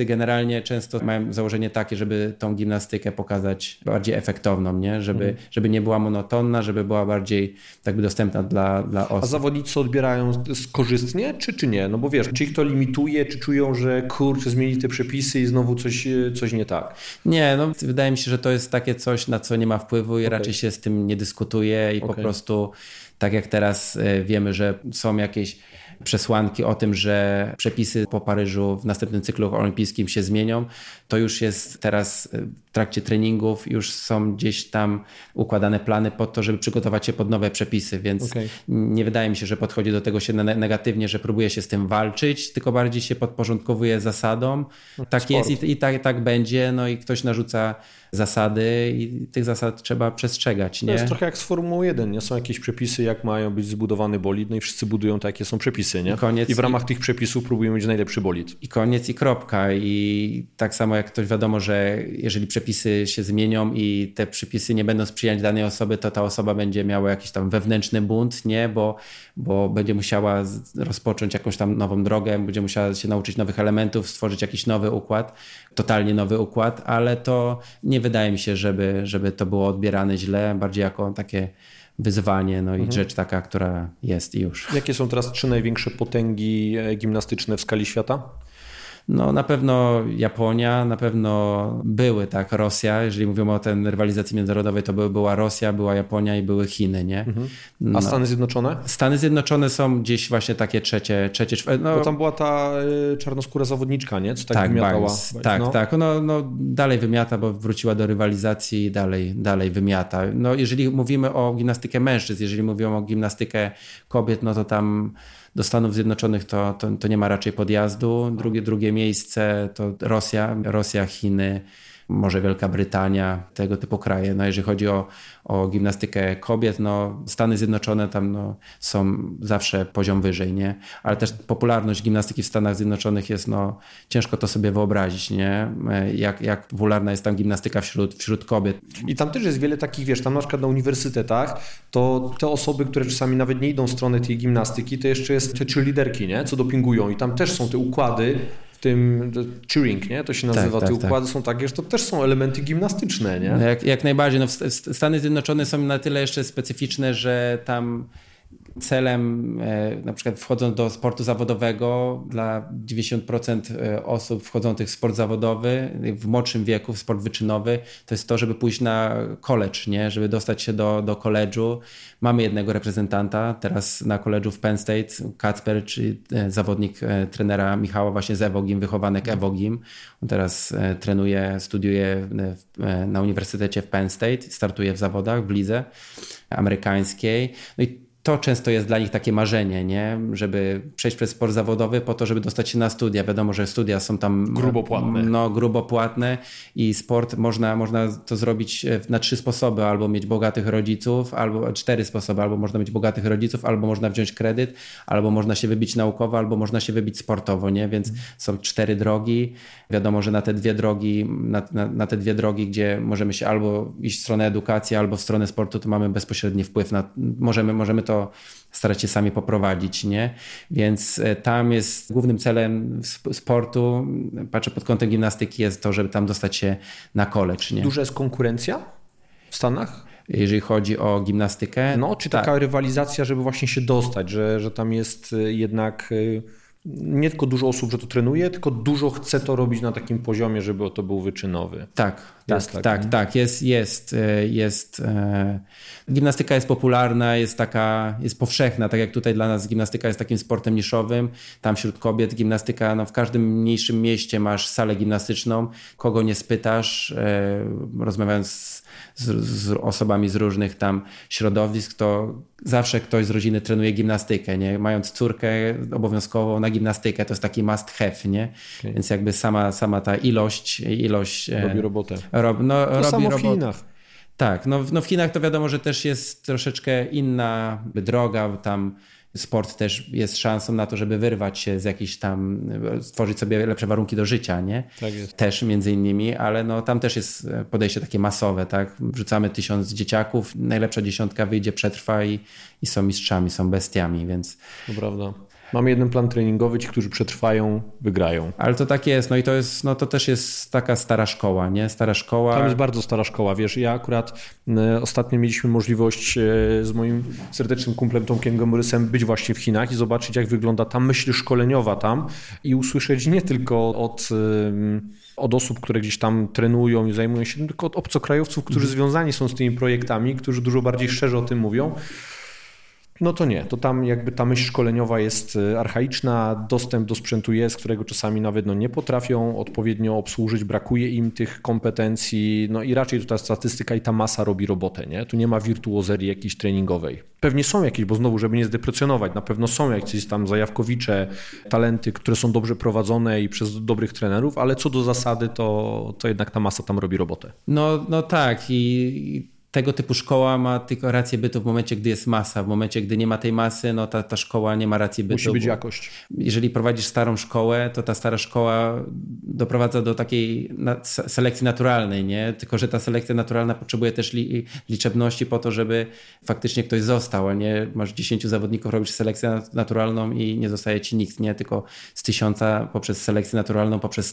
generalnie często mają założenie takie, żeby tą gimnastykę pokazać bardziej efektowną, nie? Żeby nie była monotonna, żeby była bardziej jakby dostępna dla osób. A zawodnicy odbierają korzystnie, czy nie? No bo wiesz, czy ich to limituje, czy czują, że kurczę, zmieni te przepisy i znowu coś nie tak? Nie, no wydaje mi się, że to jest takie coś, na co nie ma wpływu i raczej się z tym nie dyskutuje i po prostu tak jak teraz wiemy, że są jakieś przesłanki o tym, że przepisy po Paryżu w następnym cyklu olimpijskim się zmienią, to już jest teraz w trakcie treningów, już są gdzieś tam układane plany po to, żeby przygotować się pod nowe przepisy, więc nie wydaje mi się, że podchodzi do tego się negatywnie, że próbuje się z tym walczyć, tylko bardziej się podporządkowuje zasadom. Tak jest i tak będzie, no i ktoś narzuca zasady i tych zasad trzeba przestrzegać. Nie? To jest trochę jak z Formułą 1, nie? Są jakieś przepisy, jak mają być zbudowany bolid, no i wszyscy budują takie są przepisy, nie? I w ramach tych przepisów próbują mieć najlepszy bolid. I koniec i kropka. I tak samo jak ktoś wiadomo, że jeżeli przepisy się zmienią i te przepisy nie będą sprzyjać danej osoby, to ta osoba będzie miała jakiś tam wewnętrzny bunt, nie? Bo będzie musiała rozpocząć jakąś tam nową drogę, będzie musiała się nauczyć nowych elementów, stworzyć jakiś nowy układ, totalnie nowy układ, ale to nie wydaje mi się, żeby to było odbierane źle, bardziej jako takie wyzwanie, no i rzecz taka, która jest i już. Jakie są teraz 3 największe potęgi gimnastyczne w skali świata? No na pewno Japonia, na pewno były, tak, Rosja, jeżeli mówimy o tej rywalizacji międzynarodowej, to była Rosja, była Japonia i były Chiny, nie? A Stany Zjednoczone? Stany Zjednoczone są gdzieś właśnie takie trzecie Bo tam była ta czarnoskóra zawodniczka, nie? Co tak wymiatała. Tak. No dalej wymiata, bo wróciła do rywalizacji i dalej wymiata. No jeżeli mówimy o gimnastykę mężczyzn, jeżeli mówimy o gimnastykę kobiet, no to tam do Stanów Zjednoczonych to nie ma raczej podjazdu. Drugie miejsce to Rosja, Chiny, może Wielka Brytania, tego typu kraje. No jeżeli chodzi o gimnastykę kobiet, no Stany Zjednoczone tam no, są zawsze poziom wyżej, nie? Ale też popularność gimnastyki w Stanach Zjednoczonych jest, no ciężko to sobie wyobrazić, nie? Jak popularna jest tam gimnastyka wśród kobiet. I tam też jest wiele takich, wiesz, tam na przykład na uniwersytetach, to te osoby, które czasami nawet nie idą w stronę tej gimnastyki, to jeszcze jest te cheerleaderki, nie? Co dopingują i tam też są te układy, w tym cheering, nie? To się nazywa. Te układy są takie, że to też są elementy gimnastyczne, nie? No jak najbardziej. No Stany Zjednoczone są na tyle jeszcze specyficzne, że tam celem, na przykład wchodząc do sportu zawodowego, dla 90% osób wchodzących w sport zawodowy w młodszym wieku, w sport wyczynowy, to jest to, żeby pójść na college, nie? Żeby dostać się do college'u. Mamy jednego reprezentanta teraz na college'u w Penn State, Kacper, czyli zawodnik trenera Michała właśnie z Ewogim, wychowanek Ewogim. On teraz studiuje na uniwersytecie w Penn State, startuje w zawodach w lidze amerykańskiej. No i to często jest dla nich takie marzenie, nie? Żeby przejść przez sport zawodowy po to, żeby dostać się na studia. Wiadomo, że studia są tam grubo płatne i sport można to zrobić na 3 sposoby. Albo mieć bogatych rodziców, albo 4 sposoby. Albo można mieć bogatych rodziców, albo można wziąć kredyt, albo można się wybić naukowo, albo można się wybić sportowo, nie? Więc są 4 drogi. Wiadomo, że na te dwie drogi, gdzie możemy się albo iść w stronę edukacji, albo w stronę sportu, to mamy bezpośredni wpływ możemy to starać się sami poprowadzić, nie? Więc tam jest głównym celem sportu, patrzę pod kątem gimnastyki, jest to, żeby tam dostać się na college, nie? Duża jest konkurencja w Stanach? Jeżeli chodzi o gimnastykę? No, czy taka rywalizacja, żeby właśnie się dostać, że tam jest jednak nie tylko dużo osób, że to trenuje, tylko dużo chce to robić na takim poziomie, żeby to był wyczynowy. Tak. Jest. Gimnastyka jest popularna, jest powszechna, tak jak tutaj dla nas gimnastyka jest takim sportem niszowym. Tam wśród kobiet gimnastyka, no w każdym mniejszym mieście masz salę gimnastyczną, kogo nie spytasz, rozmawiając z osobami z różnych tam środowisk, to zawsze ktoś z rodziny trenuje gimnastykę, nie? Mając córkę obowiązkowo na gimnastykę, to jest taki must have, nie? Okay. Więc jakby sama ta ilość robi robotę. Robi w Chinach. Tak, no w Chinach to wiadomo, że też jest troszeczkę inna droga, tam sport też jest szansą na to, żeby wyrwać się z jakichś tam, stworzyć sobie lepsze warunki do życia, nie? Tak jest. Też między innymi, ale no tam też jest podejście takie masowe, tak? Wrzucamy 1000 dzieciaków, najlepsza 10 wyjdzie, przetrwa i są mistrzami, są bestiami, więc... To prawda. Mamy jeden plan treningowy, ci, którzy przetrwają, wygrają. Ale to tak jest, no i to też jest taka stara szkoła, nie? Stara szkoła. Tam jest bardzo stara szkoła, wiesz, ja akurat ostatnio mieliśmy możliwość z moim serdecznym kumplem Tomkiem Gomorysem być właśnie w Chinach i zobaczyć, jak wygląda ta myśl szkoleniowa tam i usłyszeć nie tylko od osób, które gdzieś tam trenują i zajmują się, tylko od obcokrajowców, którzy związani są z tymi projektami, którzy dużo bardziej szczerze o tym mówią. No to nie, to tam jakby ta myśl szkoleniowa jest archaiczna, dostęp do sprzętu jest, którego czasami nawet nie potrafią odpowiednio obsłużyć, brakuje im tych kompetencji, no i raczej tu ta statystyka i ta masa robi robotę, nie? Tu nie ma wirtuozerii jakiejś treningowej. Pewnie są jakieś, bo znowu, żeby nie zdeprecjonować, na pewno są jakieś tam zajawkowicze, talenty, które są dobrze prowadzone i przez dobrych trenerów, ale co do zasady, to jednak ta masa tam robi robotę. No tak i tego typu szkoła ma tylko rację bytu w momencie, gdy jest masa. W momencie, gdy nie ma tej masy, no ta szkoła nie ma racji bytu. Musi być jakość. Jeżeli prowadzisz starą szkołę, to ta stara szkoła doprowadza do takiej selekcji naturalnej, nie? Tylko że ta selekcja naturalna potrzebuje też liczebności po to, żeby faktycznie ktoś został, a nie masz 10 zawodników, robisz selekcję naturalną i nie zostaje ci nikt, nie? Tylko z 1000 poprzez selekcję naturalną, poprzez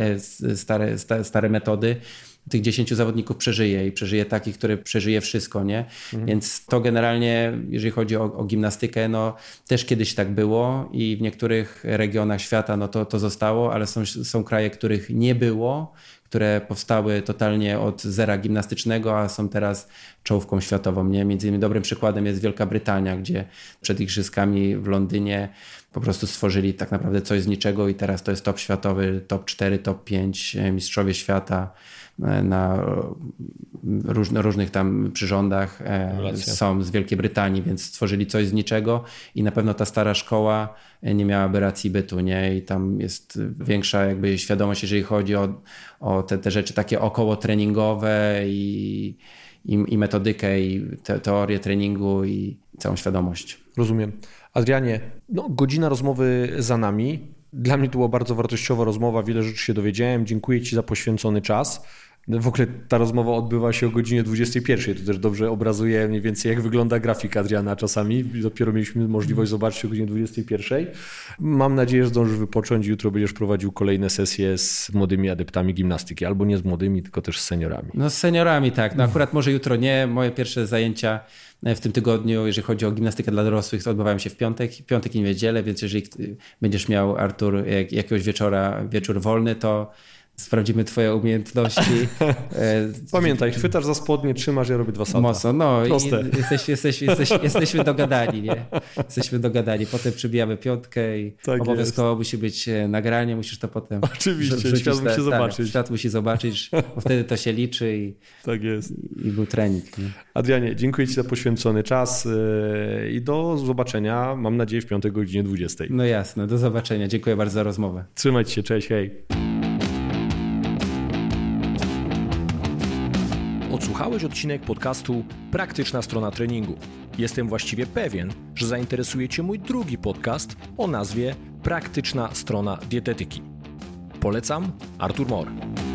stare metody tych 10 zawodników przeżyje i przeżyje taki, który przeżyje wszystko, nie? Więc to generalnie, jeżeli chodzi o gimnastykę, no też kiedyś tak było i w niektórych regionach świata no to zostało, ale są kraje, których nie było, które powstały totalnie od zera gimnastycznego, a są teraz czołówką światową, nie? Między innymi dobrym przykładem jest Wielka Brytania, gdzie przed igrzyskami w Londynie po prostu stworzyli tak naprawdę coś z niczego i teraz to jest top światowy, top 4, top 5, mistrzowie świata na różnych tam przyrządach są z Wielkiej Brytanii, więc stworzyli coś z niczego i na pewno ta stara szkoła nie miałaby racji bytu, nie? I tam jest większa jakby świadomość, jeżeli chodzi o te rzeczy takie około treningowe i metodykę i teorię treningu i całą świadomość. Rozumiem. Adrianie, godzina rozmowy za nami. Dla mnie to była bardzo wartościowa rozmowa, wiele rzeczy się dowiedziałem. Dziękuję Ci za poświęcony czas. W ogóle ta rozmowa odbywa się o godzinie 21. To też dobrze obrazuje mniej więcej, jak wygląda grafik Adriana czasami. Dopiero mieliśmy możliwość zobaczyć o godzinie 21. Mam nadzieję, że zdążysz wypocząć i jutro będziesz prowadził kolejne sesje z młodymi adeptami gimnastyki. Albo nie z młodymi, tylko też z seniorami. No z seniorami tak. No akurat może jutro nie. Moje pierwsze zajęcia w tym tygodniu, jeżeli chodzi o gimnastykę dla dorosłych, odbywają się w piątek i niedzielę, więc jeżeli będziesz miał, Artur, jakiegoś wieczór wolny, to sprawdzimy twoje umiejętności. Pamiętaj, chwytasz za spodnie, trzymasz, ja robię 2 salta. Mocno, no. Proste. Jesteśmy dogadani, nie? Jesteśmy dogadani. Potem przybijamy 5 i tak obowiązkowo musi być nagranie, musisz to potem oczywiście, świat musi zobaczyć. Świat musi zobaczyć, bo wtedy to się liczy i tak jest. I był trening. Nie? Adrianie, dziękuję Ci za poświęcony czas i do zobaczenia, mam nadzieję, w piątek o godzinie 20. No jasne, do zobaczenia. Dziękuję bardzo za rozmowę. Trzymajcie się, cześć, hej. Odsłuchałeś odcinek podcastu Praktyczna strona treningu. Jestem właściwie pewien, że zainteresuje Cię mój drugi podcast o nazwie Praktyczna strona dietetyki. Polecam, Artur Mor.